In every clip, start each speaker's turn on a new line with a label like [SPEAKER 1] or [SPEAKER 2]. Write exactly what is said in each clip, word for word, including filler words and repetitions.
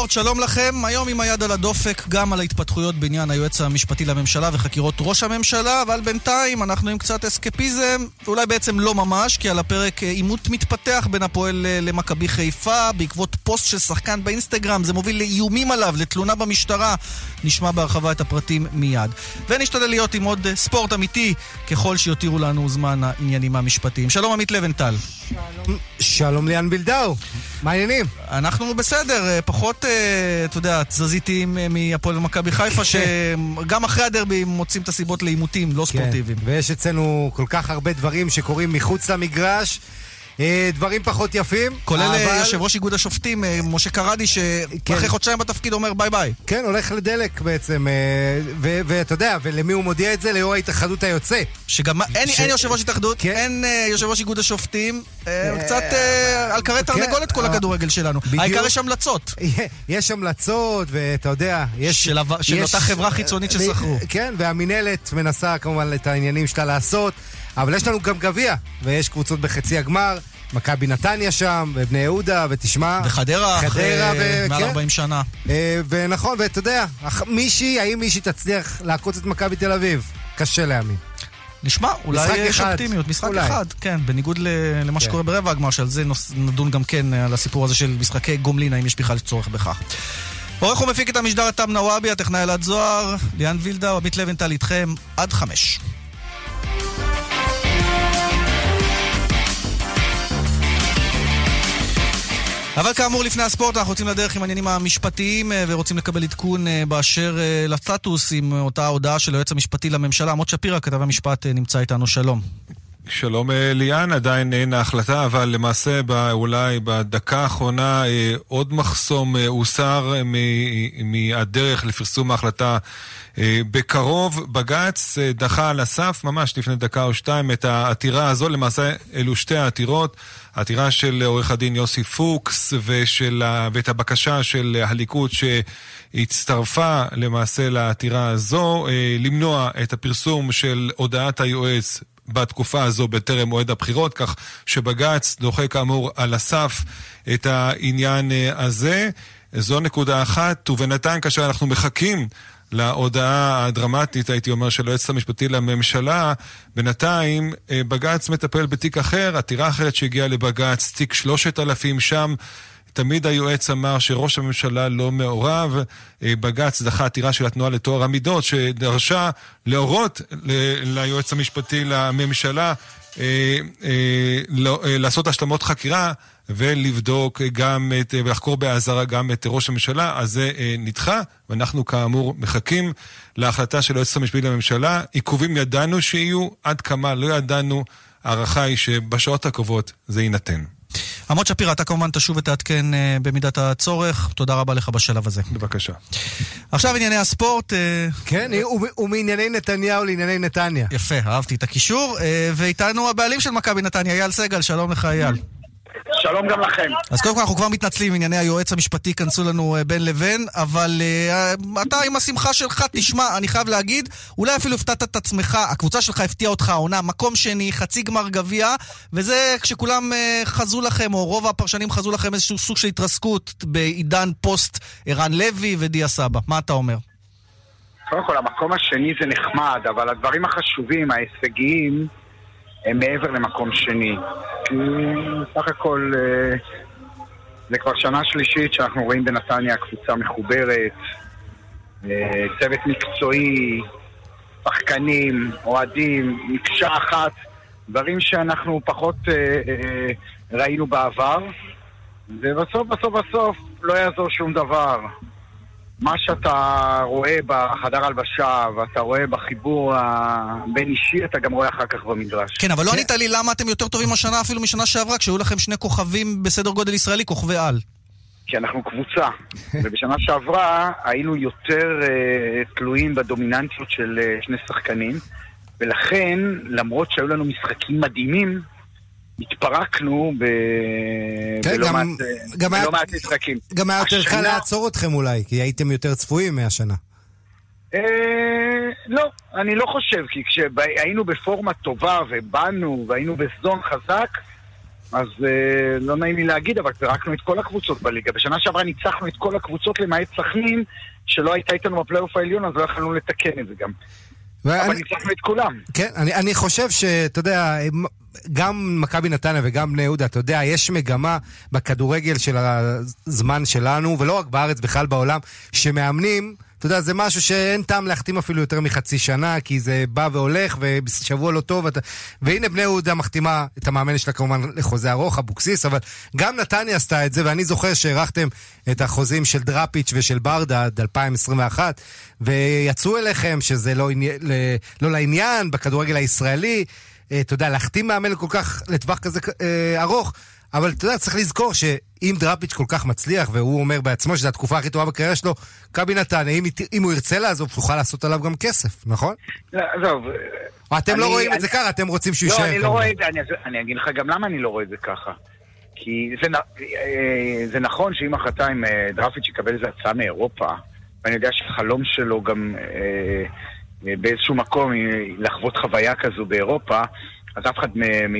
[SPEAKER 1] הספורט, שלום לכם. היום עם היד על הדופק גם על ההתפתחויות בעניין היועץ המשפטי לממשלה וחקירות ראש הממשלה, אבל בינתיים אנחנו עם קצת אסקפיזם, ואולי בעצם לא ממש, כי על הפרק עימות מתפתח בין הפועל למכבי חיפה בעקבות פוסט של שחקן באינסטגרם. זה מוביל לאיומים עליו, לתלונה במשטרה. נשמע בהרחבה את הפרטים מיד. ונשתדל להיות עם עוד ספורט אמיתי ככל שיותירו לנו זמן העניינים המשפטיים. שלום עמית לבנטל.
[SPEAKER 2] שלום. שלום ליאן בילדאו. מה העניינים?
[SPEAKER 1] אנחנו בסדר, פחות, אתה יודע, תזזיתיים מהפועל ומכבי חיפה, שגם אחרי הדרבי מוצאים את הסיבות לאימותים לא ספורטיביים.
[SPEAKER 2] ויש אצלנו כל כך הרבה דברים שקורים מחוץ למגרש, דברים פחות יפים.
[SPEAKER 1] כולל יושב ראש איגוד השופטים, משה קרדי, שאחרי חודשיים בתפקיד אומר ביי ביי.
[SPEAKER 2] כן, הולך לדלק בעצם, ואתה יודע, ולמי הוא מודיע את זה? ליו"ר ההתאחדות היוצא.
[SPEAKER 1] שגם אין יושב ראש התאחדות, אין יושב ראש איגוד השופטים, קצת על קרי תרנגולת כל הכדורגל שלנו. העיקר יש המלצות.
[SPEAKER 2] יש המלצות, ואתה יודע,
[SPEAKER 1] של אותה חברה חיצונית ששכרו.
[SPEAKER 2] כן, והמנהלת מנסה כמובן את העניינים שלה לעשות, אבל יש לנו גם גביע, ויש קבוצות בחצי הגמר, מכבי נתניה שם, ובני יהודה, ותשמע...
[SPEAKER 1] וחדרה,
[SPEAKER 2] חדרה,
[SPEAKER 1] ו... מעל ארבעים שנה.
[SPEAKER 2] ונכון, ואתה יודע, מישהי, האם מישהי תצליח לעקוץ את מכבי תל אביב? קשה להאמין.
[SPEAKER 1] נשמע, אולי יש אופטימיות, משחק אולי. אחד, כן, בניגוד למה שקורה כן. ברבע הגמר, שעל זה נדון גם כן על הסיפור הזה של משחקי גומלין, האם יש בכלל צורך בכך. עורך ומפיק את המשדר תם נוואבי, הטכנאי אלעד זוהר, ליאן וילדאו, עמית לבנטל איתכם עד חמש. אבל כאמור לפני הספורט אנחנו רוצים לדרך עם העניינים המשפטיים ורוצים לקבל עדכון באשר לסטטוס עם אותה הודעה של היועץ המשפטי לממשלה. עמוד שפירא, כתב המשפט, נמצא איתנו. שלום.
[SPEAKER 3] שלום ליאן, עדיין אין ההחלטה, אבל למעשה בא, אולי בדקה האחרונה עוד מחסום הוסר מהדרך לפרסום ההחלטה. בקרוב בג"ץ דחה על הסף, ממש לפני דקה או שתיים, את העתירה הזו. למעשה אלו שתי העתירות, העתירה של עורך הדין יוסי פוקס ושל, ואת הבקשה של הליכוד שהצטרפה למעשה לעתירה הזו, למנוע את הפרסום של הודעת היועץ בתקופה הזו בטרם מועד הבחירות, כך שבג"ץ דוחה כאמור על הסף את העניין הזה. זו נקודה אחת, ובינתיים כאשר אנחנו מחכים להודעה הדרמטית, הייתי אומר, של היועץ המשפטי לממשלה, בינתיים בג"ץ מטפל בתיק אחר, עתירה אחרת שהגיעה לבג"ץ, תיק שלושת אלפים, שם תמיד היועץ אמר שראש הממשלה לא מעורב. בג"ץ דחה עתירה של התנועה לטוהר המידות, שדרשה להורות ליועץ המשפטי לממשלה לעשות השלמות חקירה ולבדוק גם את, ולחקור בהעזרה גם את ראש הממשלה. אז זה נדחה, ואנחנו כאמור מחכים להחלטה של היועץ המשפטי לממשלה. עיכובים ידענו שיהיו, עד כמה לא ידענו. הערכה היא שבשעות הקרובות זה יינתן.
[SPEAKER 1] עמוד שפירא, אתה כמובן תשוב ותעדכן במידת הצורך. תודה רבה לך בשלב הזה.
[SPEAKER 3] בבקשה.
[SPEAKER 1] עכשיו ענייני הספורט.
[SPEAKER 2] כן, ומענייני נתניהו לענייני נתניה.
[SPEAKER 1] יפה, אהבתי את הקישור. ואיתנו הבעלים של מכבי נתניה, אייל סגל. שלום לך אייל.
[SPEAKER 4] שלום גם לכם.
[SPEAKER 1] אז קודם כל אנחנו כבר מתנצלים, ענייני היועץ המשפטי כנסו לנו בין לבין, אבל uh, אתה עם השמחה שלך, תשמע, אני חייב להגיד, אולי אפילו הפתעת את עצמך, הקבוצה שלך הפתיעה אותך העונה, מקום שני, חצי גמר גביע, וזה כשכולם uh, חזו לכם, או רוב הפרשנים חזו לכם איזשהו סוג של התרסקות בעידן פוסט ערן לוי ודיה סבא. מה אתה אומר?
[SPEAKER 4] קודם כל, המקום השני זה נחמד, אבל הדברים החשובים, ההישגיים, הם מעבר למקום שני. כי סך הכל זה כבר שנה שלישית שאנחנו רואים בנתניה קבוצה מחוברת, צוות מקצועי, שחקנים, אוהדים, מקשה אחת, דברים שאנחנו פחות ראינו בעבר, ובסוף בסוף בסוף לא יעזור שום דבר. מה שאתה רואה בחדר הלבשה, ואתה רואה בחיבור הבין אישי, אתה גם רואה אחר כך במדרש.
[SPEAKER 1] כן, אבל לא ענית לי למה אתם יותר טובים השנה אפילו משנה שעברה, כשהיו לכם שני כוכבים בסדר גודל ישראלי, כוכבי על.
[SPEAKER 4] כי אנחנו קבוצה, ובשנה שעברה היינו יותר uh, תלויים בדומיננטיות של uh, שני שחקנים, ולכן, למרות שהיו לנו משחקים מדהימים, התפרקנו בלא מעט משחקים.
[SPEAKER 2] גם היה יותר קל לעצור אתכם אולי, כי הייתם יותר צפויים מהשנה.
[SPEAKER 4] לא, אני לא חושב, כי כשהיינו בפורמה טובה ובאנו והיינו בזון חזק, אז אה, לא נעים לי להגיד, אבל פירקנו את כל הקבוצות בליגה. בשנה שעברה ניצחנו את כל הקבוצות למעט סכנין, שלא הייתה איתנו בפלייאוף העליון, אז לא יכולנו לתקן את זה גם. ואני... אבל ניצחנו את כולם.
[SPEAKER 2] כן, אני, אני חושב שאתה יודע, גם מכבי נתניה וגם בני יהודה, אתה יודע, יש מגמה בכדורגל של הזמן שלנו, ולא רק בארץ, בכלל בעולם, שמאמנים, אתה יודע, זה משהו שאין טעם להחתים אפילו יותר מחצי שנה, כי זה בא והולך, ובשבוע לא טוב, ואתה... והנה בני יהודה מחתימה את המאמן שלה כמובן לחוזה ארוך, אבוקסיס, אבל גם נתניה עשתה את זה, ואני זוכר שהערכתם את החוזים של דראפיץ' ושל ברדה עד אלפיים עשרים ואחת, ויצאו אליכם שזה לא, לא לעניין בכדורגל הישראלי, אתה יודע, להחתים מאמן כל כך לטווח כזה ארוך, אבל אתה יודע, צריך לזכור שאם דראפיץ' כל כך מצליח, והוא אומר בעצמו שזו התקופה הכי טובה בקריירה שלו, מכבי נתניה, אם, אם הוא ירצה לעזוב, תוכל לעשות עליו גם כסף, נכון?
[SPEAKER 4] לא, עזוב.
[SPEAKER 2] או אתם אני, לא רואים אני, את זה ככה, אתם רוצים שהוא
[SPEAKER 4] לא,
[SPEAKER 2] יישאר.
[SPEAKER 4] לא, אני לא רואה את זה, אני, אני אגיד לך גם למה אני לא רואה את זה ככה. כי זה, זה נכון שאם החלטה עם דראפיץ' יקבל איזו הצעה מאירופה, ואני יודע שהחלום שלו גם באיזשהו מקום לחוות חוויה כזו באירופה, אז אף אחד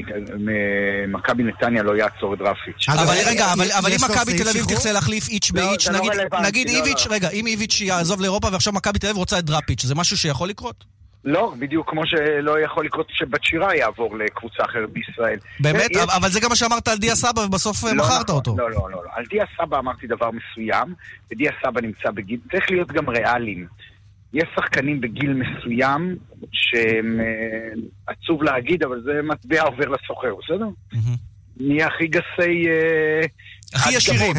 [SPEAKER 4] ממכבי נתניה לא יעצור את דראפיץ'.
[SPEAKER 1] אבל רגע, אבל אם מכבי תל אביב תרצה להחליף איץ' באיץ', נגיד איביץ', רגע, אם איביץ' יעזוב לאירופה ועכשיו מכבי תל אביב רוצה את דראפיץ', זה משהו שיכול לקרות?
[SPEAKER 4] לא, בדיוק כמו שלא יכול לקרות שבת שירה יעבור לקבוצה אחרת בישראל.
[SPEAKER 1] באמת? אבל זה גם מה שאמרת על דיה סבא ובסוף מכרת אותו.
[SPEAKER 4] לא, לא, לא. על דיה סבא אמרתי דבר מסוים, ודיה סבא נמצא בגיל, צריך להיות גם ריאליים. יש שחקנים בגיל מסוים שהם עצוב להגיד, אבל זה מטבע עובר לסוחר, בסדר? נהיה הכי גסי
[SPEAKER 1] הכי ישירים.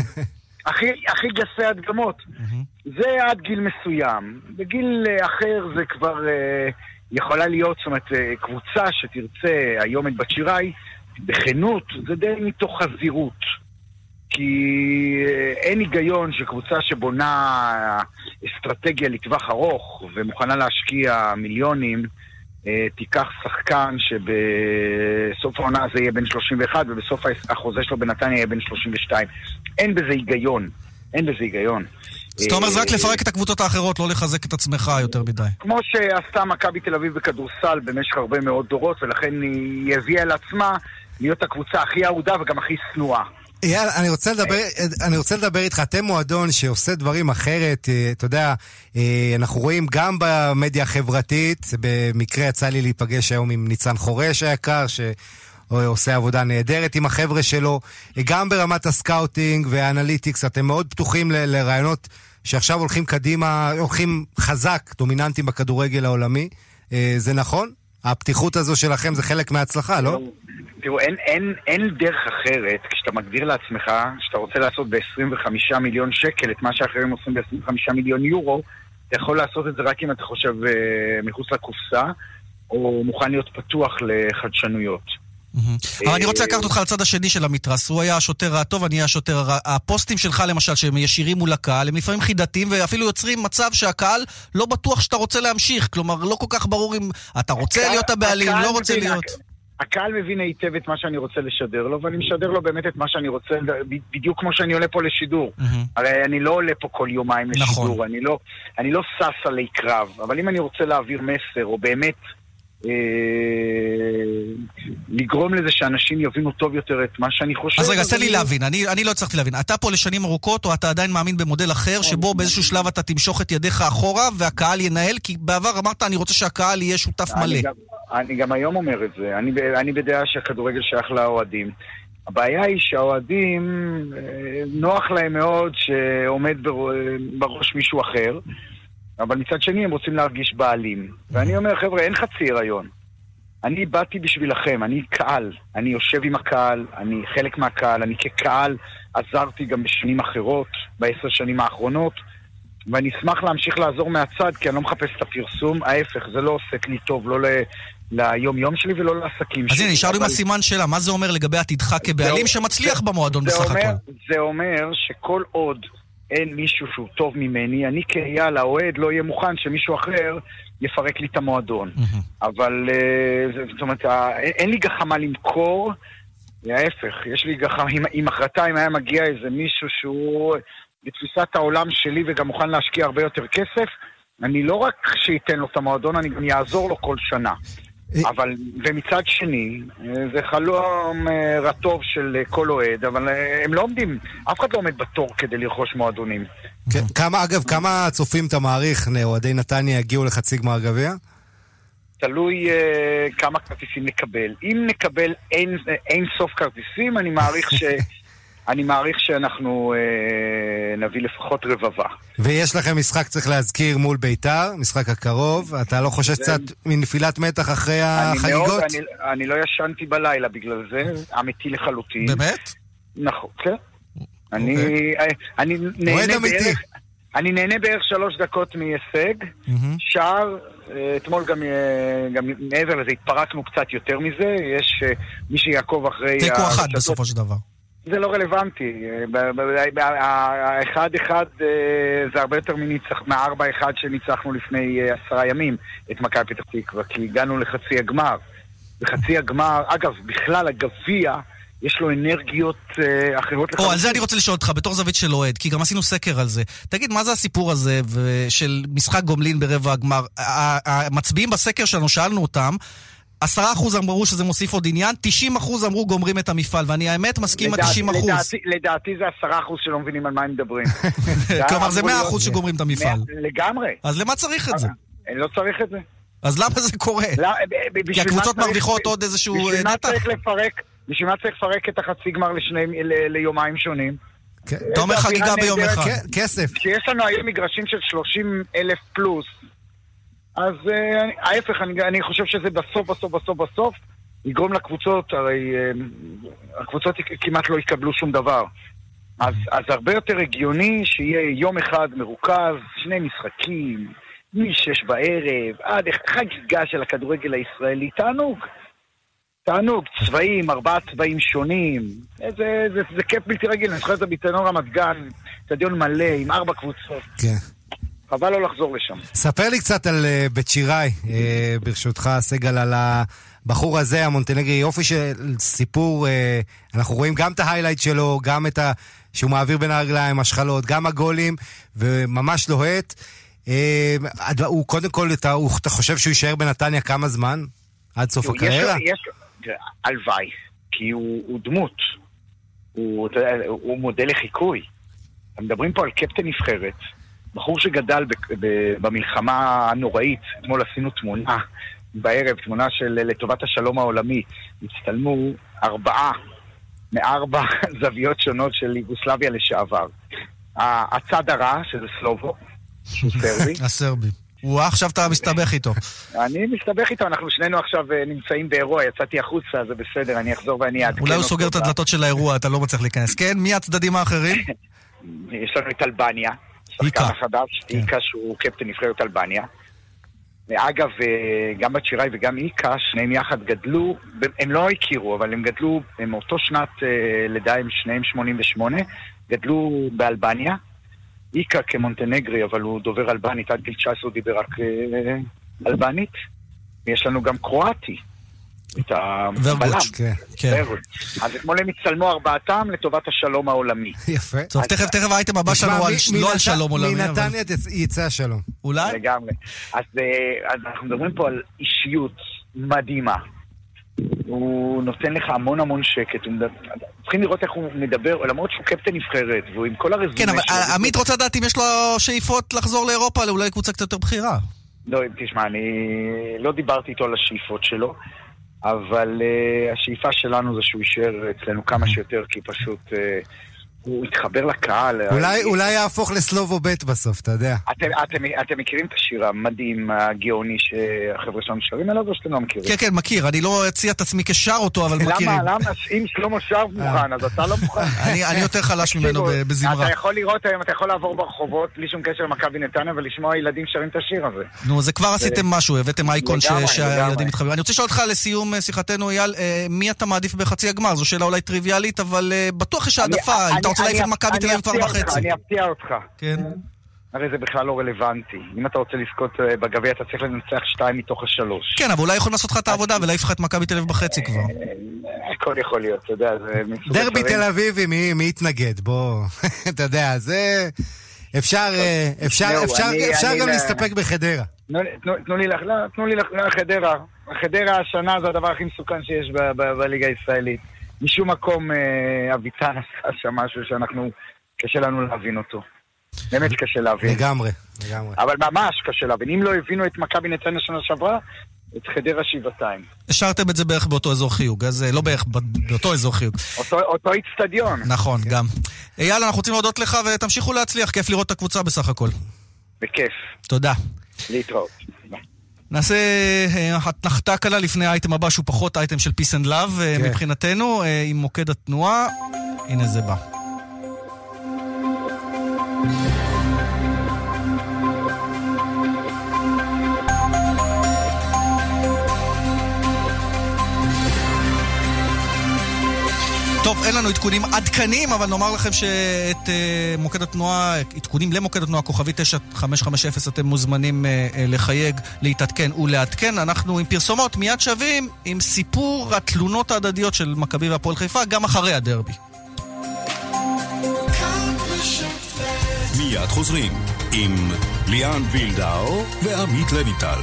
[SPEAKER 4] הכי גסי הדגמות. זה עד גיל מסוים. בגיל אחר זה כבר יכולה להיות, זאת אומרת, קבוצה שתרצה היום את בת שיראי, בכנות, זה די מתוך חזירות. כי אין היגיון שקבוצה שבונה אסטרטגיה לטווח ארוך ומוכנה להשקיע מיליונים, תיקח שחקן שבסוף העונה זה יהיה בין שלושים ואחת ובסוף החוזה שלו בנתניה יהיה בין שלושים ושתיים. אין בזה היגיון. אין בזה היגיון.
[SPEAKER 1] זאת אומרת, זה רק לפרק את הקבוצות האחרות, לא לחזק את עצמך יותר מדי.
[SPEAKER 4] כמו שעשתה מכבי תל אביב בכדורסל במשך הרבה מאוד דורות, ולכן היא הביאה על עצמה להיות הקבוצה הכי אהודה וגם הכי שנואה.
[SPEAKER 2] אייל, אני רוצה לדבר, אני רוצה לדבר איתך, אתם מועדון שעושה דברים אחרת, אתה יודע, אנחנו רואים גם במדיה החברתית, במקרה יצא לי להיפגש היום עם ניצן חורש היקר, שעושה עבודה נהדרת עם החבר'ה שלו, גם ברמת הסקאוטינג והאנליטיקס, אתם מאוד פתוחים ל- לרעיונות שעכשיו הולכים קדימה, הולכים חזק, דומיננטים בכדורגל העולמי, זה נכון? הפתיחות הזו שלכם זה חלק מההצלחה, לא?
[SPEAKER 4] תראו, אין, אין, אין דרך אחרת, כשאתה מגדיר לעצמך, שאתה רוצה לעשות ב-עשרים וחמישה מיליון שקל את מה שאחרים עושים ב-עשרים וחמישה מיליון יורו, אתה יכול לעשות את זה רק אם אתה חושב uh, מחוץ לקופסה, או מוכן להיות פתוח לחדשנויות.
[SPEAKER 1] אבל אני רוצה לקחת אותך לצד השני של המתרס. הוא היה השוטר הטוב, אני היה השוטר הרע. הפוסטים שלך למשל שהם ישירים מול הקהל, הם לפעמים חידתיים ואפילו יוצרים מצב שהקהל לא בטוח שאתה רוצה להמשיך. כלומר, לא כל כך ברור אם אתה רוצה להיות הבעלים, לא רוצה להיות.
[SPEAKER 4] הקהל מבין היטב את מה שאני רוצה לשדר לו, ואני משדר לו באמת את מה שאני רוצה, בדיוק כמו שאני עולה פה לשידור. הרי אני לא עולה פה כל יומיים לשידור, אני לא סס עלי קרב, אבל אם אני רוצה להעביר מסר, או באמת לגרום לזה שאנשים יבינו טוב יותר את מה שאני חושב.
[SPEAKER 1] אז רגע, עשה לי להבין, אני לא הצלחתי להבין. אתה פה לשנים ארוכות, או אתה עדיין מאמין במודל אחר, שבו באיזשהו שלב אתה תמשוך את ידיך אחורה, והקהל ינהל, כי בעבר אמרת, אני רוצה שהקהל יהיה שותף מלא.
[SPEAKER 4] אני גם היום אומר את זה. אני בדעה שהכדורגל שייך לאוהדים. הבעיה היא שהאוהדים, נוח להם מאוד שעומד בראש מישהו אחר, אבל מצד שני הם רוצים להרגיש בעלים. ואני אומר, חבר'ה, אין חצי הריון. אני באתי בשבילכם, אני קהל. אני יושב עם הקהל, אני חלק מהקהל, אני כקהל עזרתי גם בשנים אחרות, בעשר שנים האחרונות, ואני אשמח להמשיך לעזור מהצד, כי אני לא מחפש את הפרסום. ההפך, זה לא עוסק לי טוב, לא ל... ליום יום שלי ולא לעסקים שלי.
[SPEAKER 1] אז הנה, נשארנו עם הסימן שאלה, מה זה אומר לגבי עתידך כבעלים שמצליח במועדון בסך הכל?
[SPEAKER 4] זה אומר שכל עוד אין מישהו שהוא טוב ממני, אני כאייל האוהד לא יהיה מוכן שמישהו אחר יפרק לי את המועדון. אבל זאת אומרת, אין לי גחמה למכור, ההפך, יש לי גחמה, אם מחרתיים היה מגיע איזה מישהו שהוא בתפיסת העולם שלי וגם מוכן להשקיע הרבה יותר כסף, אני לא רק שייתן לו את המועדון, אני גם יעזור לו כל שנה. אבל, ומצד שני, זה חלום רטוב של כל אוהד, אבל הם לא עומדים, אף אחד לא עומד בתור כדי לרכוש מועדונים.
[SPEAKER 2] כמה, אגב, כמה צופים אתה מעריך, אוהדי נתניה יגיעו לחצי גמר גביע?
[SPEAKER 4] תלוי uh, כמה כרטיסים נקבל. אם נקבל אין, אין סוף כרטיסים, אני מעריך ש... אני מעריך שאנחנו uh, נביא לפחות רבבה.
[SPEAKER 2] ויש לכם משחק, צריך להזכיר, מול ביתר, משחק הקרוב. אתה לא חושש קצת מנפילת מתח אחרי החגיגות?
[SPEAKER 4] מאוד, אני, אני לא ישנתי בלילה בגלל זה, אמיתי לחלוטין.
[SPEAKER 1] באמת?
[SPEAKER 4] נכון, כן. אני, אני נהנה בערך... אני נהנה בערך שלוש דקות מהישג, שער, אתמול גם, גם מעבר לזה, התפרקנו קצת יותר מזה, יש מי שיעקוב אחרי...
[SPEAKER 1] תיקו אחד בסופו של דבר.
[SPEAKER 4] זה לא רלוונטי, האחד אחד זה הרבה יותר מהארבע אחד שניצחנו לפני עשרה ימים את מכבי פתח תקווה, כי הגענו לחצי הגמר, וחצי הגמר, אגב, בכלל הגביע, יש לו אנרגיות אה, אחרות לחלוטין.
[SPEAKER 1] או, על זה אני רוצה לשאול אותך, בתור זווית של אוהד, כי גם עשינו סקר על זה. תגיד, מה זה הסיפור הזה של משחק גומלין ברבע הגמר? המצביעים בסקר שלנו, שאלנו אותם, עשרה אחוז אמרו שזה מוסיף עוד עניין, תשעים אחוז אמרו גומרים את המפעל, ואני האמת מסכים עם ה-תשעים אחוז.
[SPEAKER 4] לדעתי, לדעתי זה עשרה אחוז שלא מבינים על מה הם מדברים.
[SPEAKER 1] כלומר, זה מאה אחוז שגומרים את המפעל.
[SPEAKER 4] לגמרי.
[SPEAKER 1] אז למה צריך את זה?
[SPEAKER 4] אני לא צריך את זה.
[SPEAKER 1] אז למה זה קורה? כי הקבוצות מרוויחות עוד איזשהו נתח?
[SPEAKER 4] בשביל מה צריך לפרק את החצי גמר ליומיים שונים?
[SPEAKER 1] אתה אומר חגיגה ביום אחד.
[SPEAKER 2] כסף.
[SPEAKER 4] כשיש לנו היום מגרשים של שלושים אלף פלוס, אז ההפך, אני חושב שזה בסוף, בסוף, בסוף, בסוף, יגרום לקבוצות, הרי הקבוצות כמעט לא יקבלו שום דבר. אז הרבה יותר הגיוני שיהיה יום אחד מרוכז, שני משחקים, משש בערב, עד חגיגה של הכדורגל הישראלי, תענוג. תענוג, צבעים, ארבעה צבעים שונים. זה, זה, זה כיף בלתי רגיל. אני זוכר את זה ביתנון רמת גן, סטדיון מלא עם ארבע קבוצות.
[SPEAKER 2] כן.
[SPEAKER 4] חבל לא לחזור לשם.
[SPEAKER 2] ספר לי קצת על uh, בית שיראי, uh, ברשותך, סגל, על הבחור הזה, המונטנגרי, יופי של סיפור. Uh, אנחנו רואים גם את ההיילייט שלו, גם את ה... שהוא מעביר בין הרגליים, השחלות, גם הגולים, וממש לוהט. Uh, הוא קודם כל, אתה, הוא, אתה חושב שהוא יישאר בנתניה כמה זמן? עד סוף הקריירה?
[SPEAKER 4] יש לו, הלוואי, כי הוא, הוא דמות, הוא, הוא מודל לחיקוי. מדברים פה על קפטן נבחרת, בחור שגדל ב, ב, במלחמה הנוראית, אתמול עשינו תמונה בערב, תמונה של לטובת השלום העולמי, הצטלמו ארבעה, מארבע זוויות שונות של יוגוסלביה לשעבר. הצד הרע, שזה סלובו, שהוא סרבי.
[SPEAKER 1] הסרבי. הוא עכשיו אתה מסתבך איתו.
[SPEAKER 4] אני מסתבך איתו, אנחנו שנינו עכשיו נמצאים באירוע, יצאתי החוצה, זה בסדר, אני אחזור ואני אעדכן.
[SPEAKER 1] אולי הוא סוגר את הדלתות של האירוע, אתה לא מצליח להיכנס. כן, מי הצדדים האחרים?
[SPEAKER 4] יש לנו את אלבניה, שחקן החדש, איקה שהוא קפטן נבחרת אלבניה. אגב, גם בת שיראי וגם איקה, שניהם יחד גדלו, הם לא הכירו, אבל הם גדלו, הם אותו שנת לידה, הם שניהם שמונים ושמונה, גדלו באלבניה. איקה כמונטנגרי, אבל הוא דובר אלבנית, עד גיל תשע עשרה הוא דיבר רק אה, אלבנית. ויש לנו גם קרואטי, את הבלם.
[SPEAKER 2] כן, כן.
[SPEAKER 4] אז אתמול הם יצלמו ארבעתם לטובת השלום העולמי.
[SPEAKER 2] יפה.
[SPEAKER 1] טוב,
[SPEAKER 2] אז...
[SPEAKER 1] תכף, תכף הייתם הבא שלנו על, מ- לא מנת... על שלום עולמי.
[SPEAKER 2] מנתניה אבל... יצא השלום.
[SPEAKER 1] אולי?
[SPEAKER 4] לגמרי. אז, אז אנחנו מדברים פה על אישיות מדהימה. הוא נותן לך המון המון שקט, צריכים לראות איך הוא מדבר, למרות שהוא קפטן נבחרת, והוא עם כל הרזומה
[SPEAKER 1] כן, אבל עמית רוצה לדעת אם יש לו שאיפות לחזור לאירופה, אולי קבוצה קצת יותר בחירה.
[SPEAKER 4] לא, תשמע, אני לא דיברתי איתו על השאיפות שלו, אבל השאיפה שלנו זה שהוא יישאר אצלנו כמה שיותר, כי פשוט הוא התחבר לקהל.
[SPEAKER 2] אולי, אולי יהפוך לסלובו בית בסוף, אתה יודע.
[SPEAKER 4] אתם, אתם, אתם מכירים את השיר המדהים, הגאוני שהחבר'ה שלנו שרים עליו, או שאתם לא מכירים?
[SPEAKER 1] כן, כן, מכיר. אני לא אציע את עצמי כשאר אותו, אבל מכירים.
[SPEAKER 4] למה, למה? אם שלמה שר מוכן, אז אתה לא מוכן.
[SPEAKER 1] אני יותר חלש ממנו בזמרה.
[SPEAKER 4] אתה יכול לראות היום, אתה יכול לעבור ברחובות, בלי שום קשר למכבי נתניה, ולשמוע ילדים שרים את השיר הזה.
[SPEAKER 1] נו, זה כבר עשיתם משהו, הבאתם אייקון שהילדים מתחברים. אני רוצה לשאול אותך לסיום שיחתנו, אייל, מי אתה מעדיף בחצי הגמר? זו שאלה אולי טריוויאלית, אבל בטוח יש העדפה. אם אתה רוצה להעיף את מכבי תל אביב כבר בחצי.
[SPEAKER 4] אני אפתיע אותך.
[SPEAKER 1] כן.
[SPEAKER 4] הרי זה בכלל לא רלוונטי. אם אתה רוצה לזכות בגביע, אתה צריך לנצח שתיים מתוך השלוש.
[SPEAKER 1] כן, אבל אולי יכול לעשות לך את העבודה ולהעיף לך את מכבי תל אביב בחצי כבר.
[SPEAKER 4] הכל יכול להיות, אתה יודע, זה מסוג
[SPEAKER 2] דרבי תל אביבי, מי יתנגד? בוא, אתה יודע, זה... אפשר גם להסתפק בחדרה.
[SPEAKER 4] תנו לי לחדרה. חדרה השנה זה הדבר הכי מסוכן שיש בליגה הישראלית. משום מקום אביטן עשה שם משהו שאנחנו, קשה לנו להבין אותו. באמת קשה להבין.
[SPEAKER 2] לגמרי, לגמרי.
[SPEAKER 4] אבל ממש קשה להבין. אם לא הבינו את מכבי נתניה שנה שעברה, את חדרה שבעתיים.
[SPEAKER 1] השארתם את זה בערך באותו אזור חיוג, אז לא בערך באותו אזור חיוג.
[SPEAKER 4] אותו, אותו אצטדיון.
[SPEAKER 1] נכון, גם. אייל, אנחנו רוצים להודות לך ותמשיכו להצליח, כיף לראות את הקבוצה בסך הכל.
[SPEAKER 4] בכיף.
[SPEAKER 1] תודה.
[SPEAKER 4] להתראות.
[SPEAKER 1] נעשה התנחתה קלה לפני האייטם הבא, שהוא פחות אייטם של Peace and Love מבחינתנו, עם מוקד התנועה. הנה זה בא. טוב, אין לנו עדכונים עדכניים, אבל נאמר לכם שאת uh, מוקד התנועה, עדכונים למוקד התנועה, כוכבי תשע חמש חמש אפס, אתם מוזמנים uh, uh, לחייג, להתעדכן ולעדכן. אנחנו עם פרסומות מיד שווים, עם סיפור התלונות ההדדיות של מכבי והפועל חיפה, גם אחרי הדרבי.
[SPEAKER 5] מיד חוזרים עם ליאן וילדאו ועמית לויטל.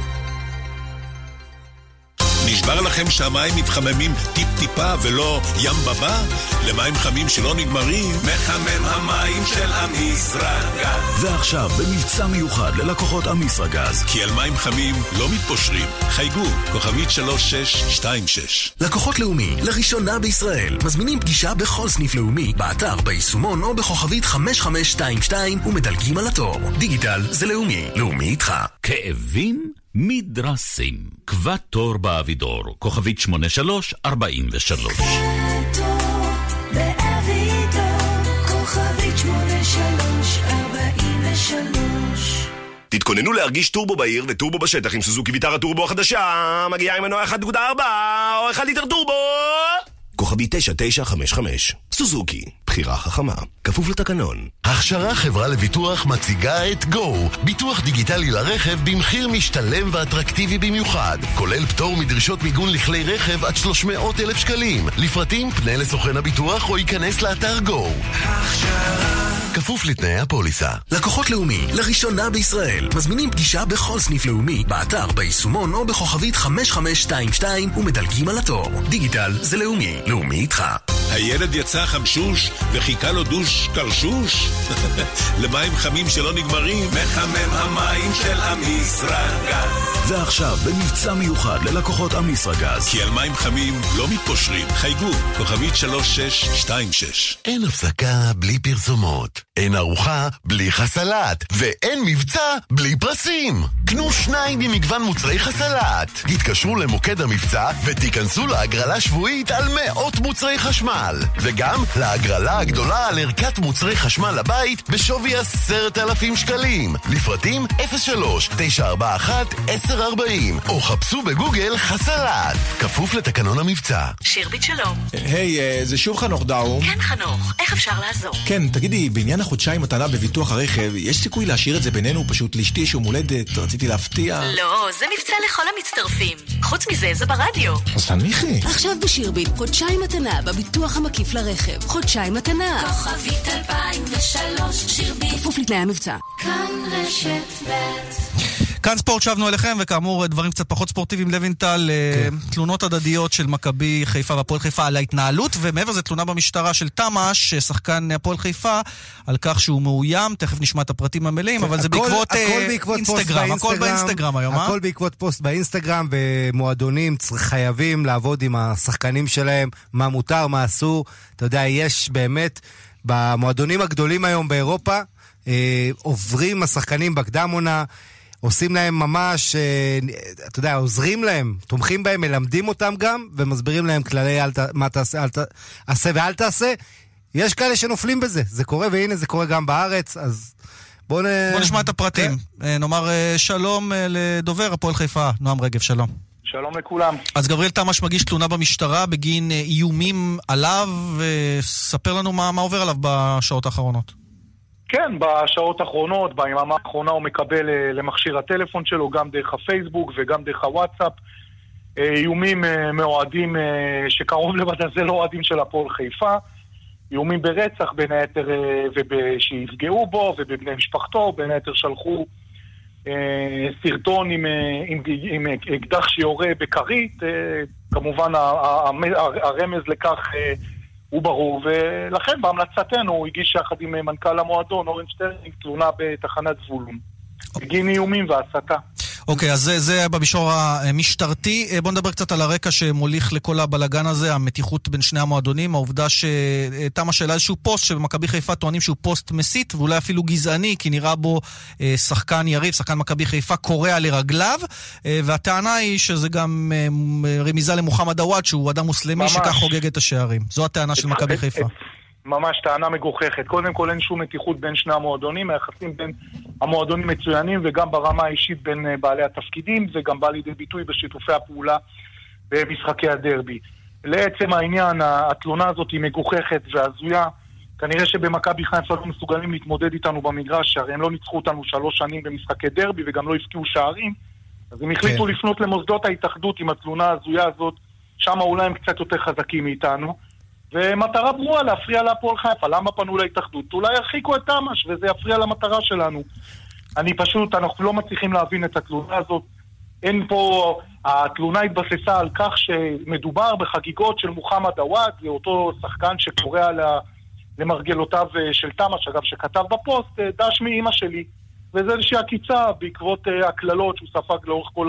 [SPEAKER 5] נשבר לכם שהמים מתחממים טיפ-טיפה ולא ים בבא? למים חמים שלא נגמרים מחמם המים של אמיסרגז. ועכשיו במבצע מיוחד ללקוחות אמיסרגז, כי על מים חמים לא מתפושרים. חייגו, כוכבית שלוש שש שתיים שש. לקוחות לאומי, לראשונה בישראל, מזמינים פגישה בכל סניף לאומי, באתר, ביישומון או בכוכבית חמש חמש שתיים שתיים ומדלגים על התור. דיגיטל זה לאומי, לאומי איתך.
[SPEAKER 6] כאבים? מדרסים. קבע תור באבידור, כוכבית שמונה שלוש ארבעים ושלוש.
[SPEAKER 7] תור באבידור, כוכבית שמונה שלוש ארבעים ושלוש.
[SPEAKER 8] תתכוננו להרגיש טורבו בעיר וטורבו בשטח עם סוזוקי ויטרה טורבו החדשה. מגיעה עם מנוע אחד נקודה ארבע או אחד ליטר טורבו. כוכבי תשע תשע חמש חמש. סוזוקי, בחירה חכמה, כפוף לתקנון.
[SPEAKER 9] הכשרה חברה לביטוח מציגה את גו, ביטוח דיגיטלי לרכב במחיר משתלם ואטרקטיבי במיוחד, כולל פטור מדרישות מיגון לכלי רכב עד שלוש מאות אלף שקלים. לפרטים פנה לסוכן הביטוח או ייכנס לאתר גו. הכשרה כפוף לתנאי הפוליסה.
[SPEAKER 8] לקוחות לאומי, לראשונה בישראל, מזמינים פגישה בכל סניף לאומי, באתר, ביישומון או בכוכבית חמש חמש שתיים שתיים ומדלגים על התור. דיגיטל זה לאומי, לאומי איתך. הילד יצא חמשוש וחיכה לו דוש קרשוש. למים חמים שלא נגמרים מחמם המים של אמיסרגז. ועכשיו במבצע מיוחד ללקוחות אמיסרגז, כי על מים חמים לא מתפושרים. חייגו, כוכבית שלוש שש שתיים שש.
[SPEAKER 9] אין הפסקה בלי פרסומות, אין ארוחה בלי חסלת, ואין מבצע בלי פרסים. קנו שניים ממגוון מוצרי חסלת. התקשרו למוקד המבצע ותיכנסו להגרלה שבועית על מאות מוצרי חשמל, וגם להגרלה הגדולה על ערכת מוצרי חשמל לבית בשווי עשרת אלפים שקלים. לפרטים אפס שלוש תשע ארבע אחת עשר ארבעים או חפשו בגוגל חסלת, כפוף לתקנון המבצע.
[SPEAKER 10] שירבית שלום.
[SPEAKER 11] היי, זה שוב חנוך דאום.
[SPEAKER 10] כן חנוך, איך אפשר לעזור?
[SPEAKER 11] כן, תגידי, בעניין החודשיים מתנה בביטוח הרכב, יש סיכוי להשאיר את זה בינינו? פשוט לאשתי שהוא מולדת, רציתי להפתיע.
[SPEAKER 10] לא, זה מבצע לכל המצטרפים. חוץ מזה, זה ברדיו.
[SPEAKER 11] אז תנמיכי.
[SPEAKER 12] עכשיו בשירבית, חודשיים מתנה בביטוח המקיף לרכב. חודשיים מתנה.
[SPEAKER 7] כוכבית אלפיים ושלוש, שירבית.
[SPEAKER 12] כפוף לתנאי המבצע.
[SPEAKER 7] כאן רשת ב'.
[SPEAKER 1] כאן ספורט, שבנו אליכם, וכאמור דברים קצת פחות ספורטיביים. לוינטל, תלונות הדדיות של מכבי חיפה והפועל חיפה על ההתנהלות, ומעבר זה תלונה במשטרה של תמש, שחקן הפועל חיפה, על כך שהוא מאוים. תכף נשמע את הפרטים המלאים, אבל זה בעקבות אינסטגרם. הכל באינסטגרם היום,
[SPEAKER 2] הכל בעקבות פוסט באינסטגרם, ומועדונים חייבים לעבוד עם השחקנים שלהם, מה מותר, מה אסור. אתה יודע, יש באמת, במועדונים הגדולים היום באירופה, עוברים השחקנים בקדם עונה, עושים להם ממש, אתה יודע, עוזרים להם, תומכים בהם, מלמדים אותם גם, ומסבירים להם כללי מה תעשה, אל תעשה ואל תעשה. יש כאלה שנופלים בזה, זה קורה, והנה זה קורה גם בארץ, אז בואו נ...
[SPEAKER 1] בוא נשמע את הפרטים. כן. נאמר שלום לדובר הפועל חיפה, נועם רגב, שלום.
[SPEAKER 13] שלום לכולם.
[SPEAKER 1] אז גבריאל תמש מגיש תלונה במשטרה בגין איומים עליו, וספר לנו מה, מה עובר עליו בשעות האחרונות.
[SPEAKER 13] כן, בשעות האחרונות, ביממה האחרונה הוא מקבל למכשיר הטלפון שלו, גם דרך הפייסבוק וגם דרך הוואטסאפ, איומים מאוהדים שקרוב לבדה זה לא אוהדים של הפועל חיפה, איומים ברצח בין היתר, ושיפגעו בו ובבני משפחתו, בין היתר שלחו סרטון עם, עם, עם אקדח שיורה בקרית, כמובן הרמז לכך הוא ברור, ולכן בהמלצתנו הוא הגיש יחד עם מנכ"ל המועדון אורן שטרלינג תלונה בתחנת זבולון בגין איומים והסתה.
[SPEAKER 1] אוקיי, אז זה, זה במישור המשטרתי. בוא נדבר קצת על הרקע שמוליך לכל הבלגן הזה, המתיחות בין שני המועדונים, העובדה שתמה שאלה איזשהו פוסט שבמכבי חיפה טוענים שהוא פוסט מסית, ואולי אפילו גזעני, כי נראה בו שחקן יריב, שחקן מכבי חיפה, קורע לרגליו, והטענה היא שזה גם רמיזה למוחמד עוואד, שהוא אדם מוסלמי שכך חוגג את השערים. זו הטענה של מכבי חיפה.
[SPEAKER 13] ממש טענה מגוחכת. קודם כל אין שום מתיחות בין שני המועדונים, היחסים בין המועדונים מצוינים וגם ברמה האישית בין בעלי התפקידים, זה גם בא לידי ביטוי בשיתופי הפעולה במשחקי הדרבי. לעצם העניין, התלונה הזאת היא מגוחכת והזויה. כנראה שבמכבי חיפה לא מסוגלים להתמודד איתנו במגרש, שהרי הם לא ניצחו אותנו שלוש שנים במשחקי דרבי וגם לא הפקיעו שערים, אז הם החליטו לפנות למוסדות ההתאחדות עם התלונה הזויה הזאת, שם אולי הם קצת יותר חזקים מאיתנו. ומטרה ברורה להפריע להפועל חיפה. למה פנו להתאחדות? אולי ירחיקו את תמש וזה יפריע למטרה שלנו. אני פשוט, אנחנו לא מצליחים להבין את התלונה הזאת. אין פה, התלונה התבססה על כך שמדובר בחגיגות של מוחמד עוואד, זה אותו שחקן שקורא למרגלותיו של תמש, אגב שכתב בפוסט, דש מאמא שלי. וזה איזושהי עקיצה בעקבות הכללות שהוא ספג לאורך כל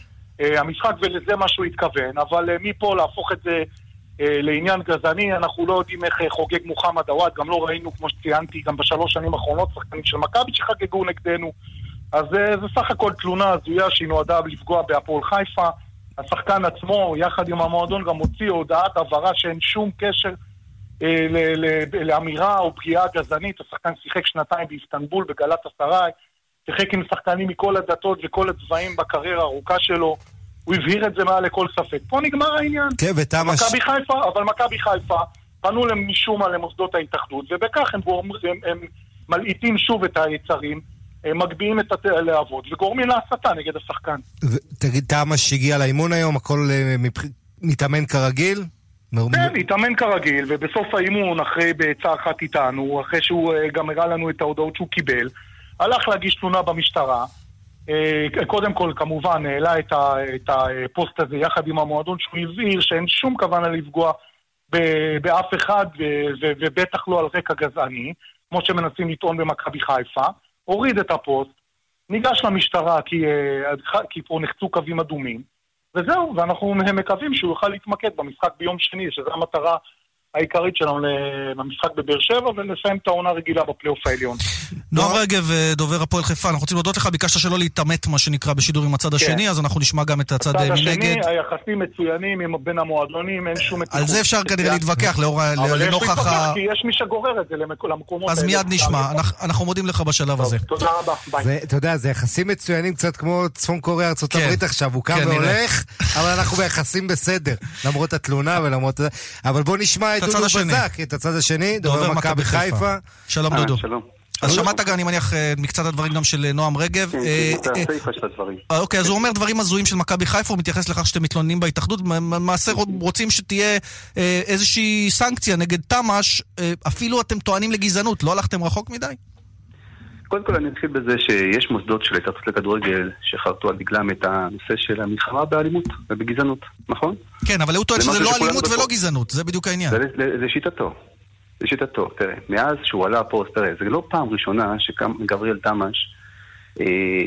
[SPEAKER 13] המשחק, ולזה מה שהוא התכוון. אבל מפה להפוך את זה לעניין גזעני, אנחנו לא יודעים איך חוגג מוחמד עוואד, גם לא ראינו, כמו שציינתי, גם בשלוש שנים האחרונות, שחקנים של מכבי שחגגו נגדנו. אז זה, זה סך הכל תלונה הזויה שהיא נועדה לפגוע בהפועל חיפה. השחקן עצמו, יחד עם המועדון, גם הוציא הודעת הבהרה שאין שום קשר אה, ל- ל- לאמירה או פגיעה גזענית. השחקן שיחק שנתיים באיסטנבול, בגלת הסראי, שיחק עם שחקנים מכל הדתות וכל הצבעים בקריירה הארוכה שלו. הוא הבהיר את זה מעל לכל ספק. פה נגמר העניין.
[SPEAKER 2] כן, ותמש...
[SPEAKER 13] מכבי חיפה, אבל מכבי חיפה פנו להם משום מה למוסדות ההתאחדות, ובכך הם, הם, הם, הם מלעיטים שוב את היצרים, הם מגביעים את הלהבות, וגורמים להסתה נגד השחקן.
[SPEAKER 2] ו- תגיד, תמש הגיע לאימון היום, הכל מבח... מתאמן כרגיל?
[SPEAKER 13] כן, התאמן כרגיל, ובסוף האימון, אחרי בעצה אחת איתנו, אחרי שהוא גם הראה לנו את ההודעות שהוא קיבל, הלך להגיש תלונה במשטרה, קודם כל כמובן העלה את, ה, את הפוסט הזה יחד עם המועדון שהוא הבהיר שאין שום כוונה לפגוע ב- באף אחד ו- ו- ובטח לא על רקע גזעני כמו שמנסים לטעון במכבי חיפה. הוריד את הפוסט, ניגש למשטרה כי, כי פה נחצו קווים אדומים וזהו, ואנחנו מקווים שהוא יוכל להתמקד במשחק ביום שני, שזו המטרה העיקרית שלנו למשחק בבאר שבע, ולסיים את העונה רגילה בפלייאוף העליון.
[SPEAKER 1] נועם רגב, דובר הפועל חיפה, אנחנו רוצים להודות לך, ביקשת שלא להתאמת מה שנקרא בשידור עם הצד השני, אז אנחנו נשמע גם את הצד מנגד.
[SPEAKER 13] הצד השני, היחסים מצוינים בין המועדונים, אין שום מתיחות.
[SPEAKER 1] על זה אפשר כנראה להתווכח, לנוכח ה...
[SPEAKER 13] כי יש מי שגורר את זה למקומות האלה.
[SPEAKER 1] אז מיד נשמע, אנחנו מודים לך בשלב הזה.
[SPEAKER 13] תודה רבה, ביי.
[SPEAKER 2] אתה יודע, זה יחסים מצוינים קצת כמו צפון קוריאה, ארצות הברית עכשיו, הוא קם והולך, אבל אנחנו ביחסים בסדר, למרות התלונה ולמרות... אבל בוא נשמע את דודו בזק, את הצד השני, דובר מכבי חיפה.
[SPEAKER 1] שלום דודו. אז שמעת גם, אני מניח, מקצת הדברים גם של נועם רגב.
[SPEAKER 14] כן, זה הסיפה של הדברים.
[SPEAKER 1] אוקיי, אז הוא אומר דברים הזויים של מכבי חיפה, הוא מתייחס לכך שאתם מתלוננים בהתאחדות, למעשה רוצים שתהיה איזושהי סנקציה נגד תמש, אפילו אתם טוענים לגזענות, לא הלכתם רחוק מדי?
[SPEAKER 14] קודם כל אני אתחיל בזה שיש מוסדות של ההתאחדות לכדורגל שחרטו על דגלם את הנושא של המלחמה באלימות ובגזענות, נכון?
[SPEAKER 1] כן, אבל הוא טוען שזה לא אלימות ולא גזענות, זה בדיוק העניין.
[SPEAKER 14] זה שיטתו. זה שיטתו, תראה, מאז שהוא עלה פה, תראה, זה לא פעם ראשונה שקם גבריאל תמש אה,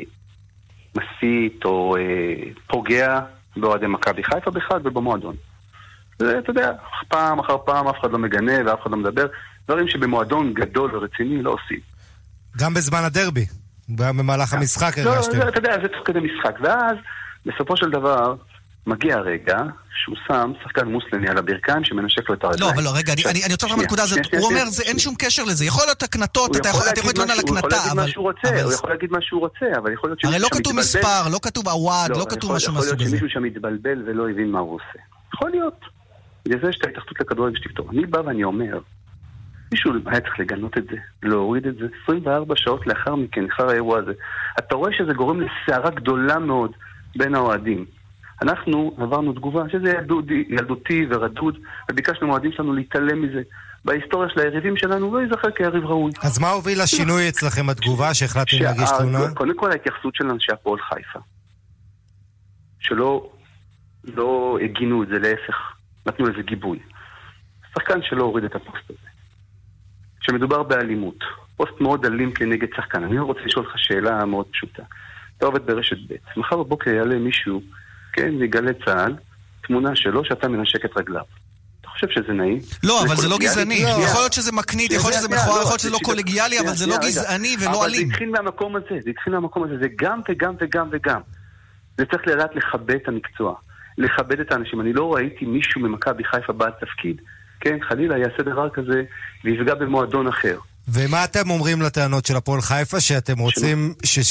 [SPEAKER 14] מסית או אה, פוגע באוהדי מכבי חיפה בכלל ובמועדון. זה, אתה יודע, פעם אחר פעם אף אחד לא מגנה ואף אחד לא מדבר, דברים שבמועדון גדול ורציני לא עושים.
[SPEAKER 2] גם בזמן הדרבי, במהלך המשחק הרגשתם.
[SPEAKER 14] לא, אתה יודע, זה תוך כדי משחק, ואז בסופו של דבר מגיע הרגע שהוא שם שחקן מוסלמי על הברכיים שמנשק לו את הרגליים.
[SPEAKER 1] לא, אבל לא, רגע, אני יוצא לך מהנקודה הזאת, הוא אומר, אין שום קשר לזה, יכול להיות הקנטות, אתה יכול להתלונן על הקנטה, אבל...
[SPEAKER 14] הוא יכול להגיד מה שהוא רוצה, אבל יכול להיות
[SPEAKER 1] הרי לא כתוב מספר, לא כתוב עוואד, לא כתוב משהו מהסוג הזה.
[SPEAKER 14] יכול להיות שמישהו שם מתבלבל ולא הבין מה הוא עושה. יכול להיות. לזה יש את ההתאחדות לכדורגל שתפתור. אני בא ואני אומר, מישהו היה צריך לגנות את זה, להוריד את זה עשרים וארבע שעות לאחר מכן, לאחר האירוע הזה. אתה רואה שזה גורם לסערה גדולה מאוד בין האוהדים. אנחנו עברנו תגובה שזה ילדותי, ילדותי ורדוד, וביקשנו מועדים שלנו להתעלם מזה. בהיסטוריה של היריבים שלנו לא ייזכר כיריב ראוי.
[SPEAKER 2] אז מה הוביל לשינוי אצלכם התגובה שהחלטתם להגיש תלונה?
[SPEAKER 14] קודם כל ההתייחסות של אנשי הפועל חיפה. שלא לא הגינו את זה, להפך. נתנו לזה גיבוי. שחקן שלא הוריד את הפוסט הזה. שמדובר באלימות. פוסט מאוד אלים כנגד שחקן. אני רוצה לשאול לך שאלה מאוד פשוטה. אתה עובד ברשת ב', מחר בבוקר יעלה מישהו, כן, יגלה צהל, תמונה שלו שאתה מנשק את רגליו. אתה חושב שזה נעים?
[SPEAKER 1] לא, אבל זה לא גזעני. יכול להיות שזה מקנית, יכול להיות שזה מכוער, יכול להיות שזה לא קולגיאלי, אבל זה לא גזעני ולא אלים.
[SPEAKER 14] אבל זה התחיל מהמקום הזה, זה התחיל מהמקום הזה, זה גם וגם וגם וגם. זה צריך לדעת לכבד את המקצוע, לכבד את האנשים. אני לא ראיתי מישהו ממכבי חיפה בעל תפקיד, כן, חלילה יעשה דבר כזה ויפגע במועדון אחר.
[SPEAKER 2] ומה אתם אומרים לטענות של הפועל חיפה, שאתם רוצים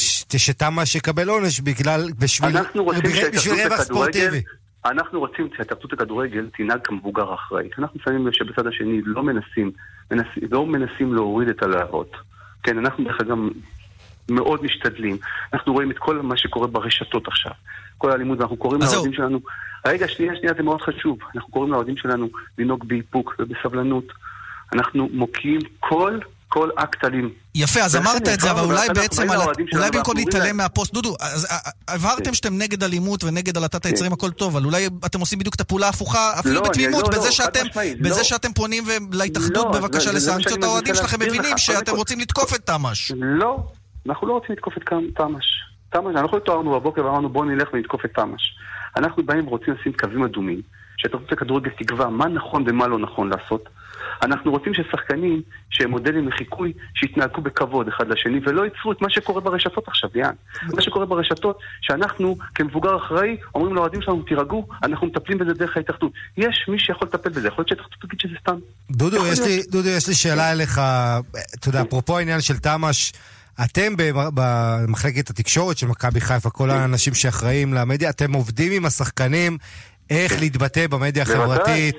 [SPEAKER 2] שתמ"ש יקבל עונש בגלל, בשביל רווח ספורטיבי?
[SPEAKER 14] אנחנו רוצים שהתאחדות הכדורגל תנהג כמבוגר אחראי. אנחנו שמים שבצד השני לא מנסים, לא מנסים להוריד את הלהבות. כן, אנחנו דרך גם מאוד משתדלים. אנחנו רואים את כל מה שקורה ברשתות עכשיו. כל האלימות, אנחנו קוראים לאוהדים שלנו. רגע, שנייה, שנייה, זה מאוד חשוב. אנחנו קוראים לאוהדים שלנו לנהוג באיפוק ובסבלנות. אנחנו מוקיעים כל כל אקט אלים.
[SPEAKER 1] יפה, אז אמרת את זה, אבל אולי בעצם, אולי במקום להתעלם מהפוסט, דודו, אז הבהרתם שאתם נגד אלימות ונגד עלטת היצרים, הכל טוב, אבל אולי אתם עושים בדיוק את הפעולה ההפוכה, אפילו בתמימות, בזה שאתם פונים להתאחדות בבקשה לסנקציות, האוהדים שלכם מבינים שאתם רוצים לתקוף את תמ"ש.
[SPEAKER 14] לא, אנחנו לא רוצים לתקוף את תמ"ש. תמ"ש, אנחנו התעוררנו בבוקר ואמרנו בואו נלך ונתקוף את תמ"ש. אנחנו באים ורוצים לשים קווים אדומים, שהתאחדות הכדורגל תקבע מה נכון ומה לא נכון לעשות. אנחנו רוצים ששחקנים שהם מודלים לחיקוי שיתנהגו בכבוד אחד לשני ולא ייצרו את מה שקורה ברשתות עכשיו, יען. מה שקורה ברשתות, שאנחנו כמבוגר אחראי אומרים לאוהדים שלנו תירגעו, אנחנו מטפלים בזה דרך ההתאחדות. יש מי שיכול לטפל בזה, יכול להיות שההתאחדות תגיד שזה סתם.
[SPEAKER 2] דודו, יש לי, דודו, יש לי שאלה אליך, אתה יודע, אפרופו העניין של תמ"ש, אתם במחלקת התקשורת של מכבי חיפה, כל האנשים שאחראים למדיה, אתם עובדים עם השחקנים איך להתבטא במדיה החברתית,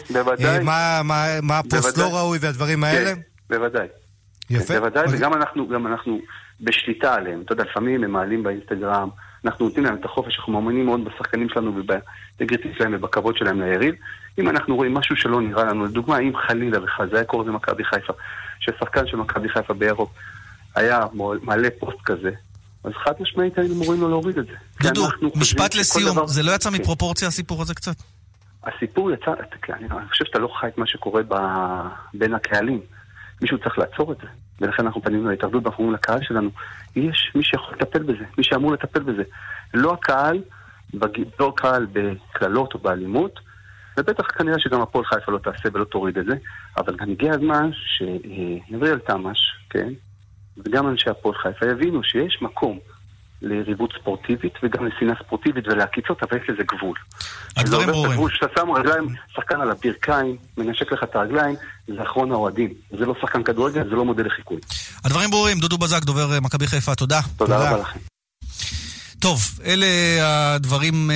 [SPEAKER 2] מה הפוסט לא ראוי והדברים האלה?
[SPEAKER 14] בוודאי.
[SPEAKER 2] יפה.
[SPEAKER 14] בוודאי, וגם אנחנו, גם אנחנו בשליטה עליהם. אתה יודע, לפעמים הם מעלים באינסטגרם, אנחנו נותנים להם את החופש, אנחנו מאמינים מאוד בשחקנים שלנו ובאינטגריטי שלהם ובכבוד שלהם ליריב. אם אנחנו רואים משהו שלא נראה לנו, לדוגמה, אם חלילה וחז, זה היה קורה במכבי חיפה, ששחקן של מכבי חיפה באירופה היה מעלה פוסט כזה, אז חד משמעית היינו מורים לו להוריד את זה.
[SPEAKER 1] דודו, משפט לסיום, זה לא יצא מפרופורציה הסיפור הזה קצת?
[SPEAKER 14] הסיפור יצא, אני חושב שאתה לא חי את מה שקורה בין הקהלים. מישהו צריך לעצור את זה. ולכן אנחנו פנינו להתאחדות ואנחנו אומרים לקהל שלנו, יש מי שיכול לטפל בזה, מי שאמור לטפל בזה. לא הקהל, לא הקהל בכללות או באלימות, ובטח כנראה שגם הפועל חיפה לא תעשה ולא תוריד את זה, אבל גם הגיע הזמן שנביא על תמ"ש, כן? וגם אנשי הפועל חיפה יבינו שיש מקום ליריבות ספורטיבית וגם לשנאה ספורטיבית ולעקיצות, אבל יש לזה גבול.
[SPEAKER 1] הדברים ברורים.
[SPEAKER 14] שאתה שם רגליים, שחקן על הברכיים, מנשק לך את הרגליים, זה אחרון האוהדים. זה לא שחקן כדורגל, זה לא מודל לחיקוי.
[SPEAKER 1] הדברים ברורים. דודו בזק, דובר מכבי חיפה, תודה.
[SPEAKER 14] תודה רבה לכם.
[SPEAKER 1] טוב, אלה הדברים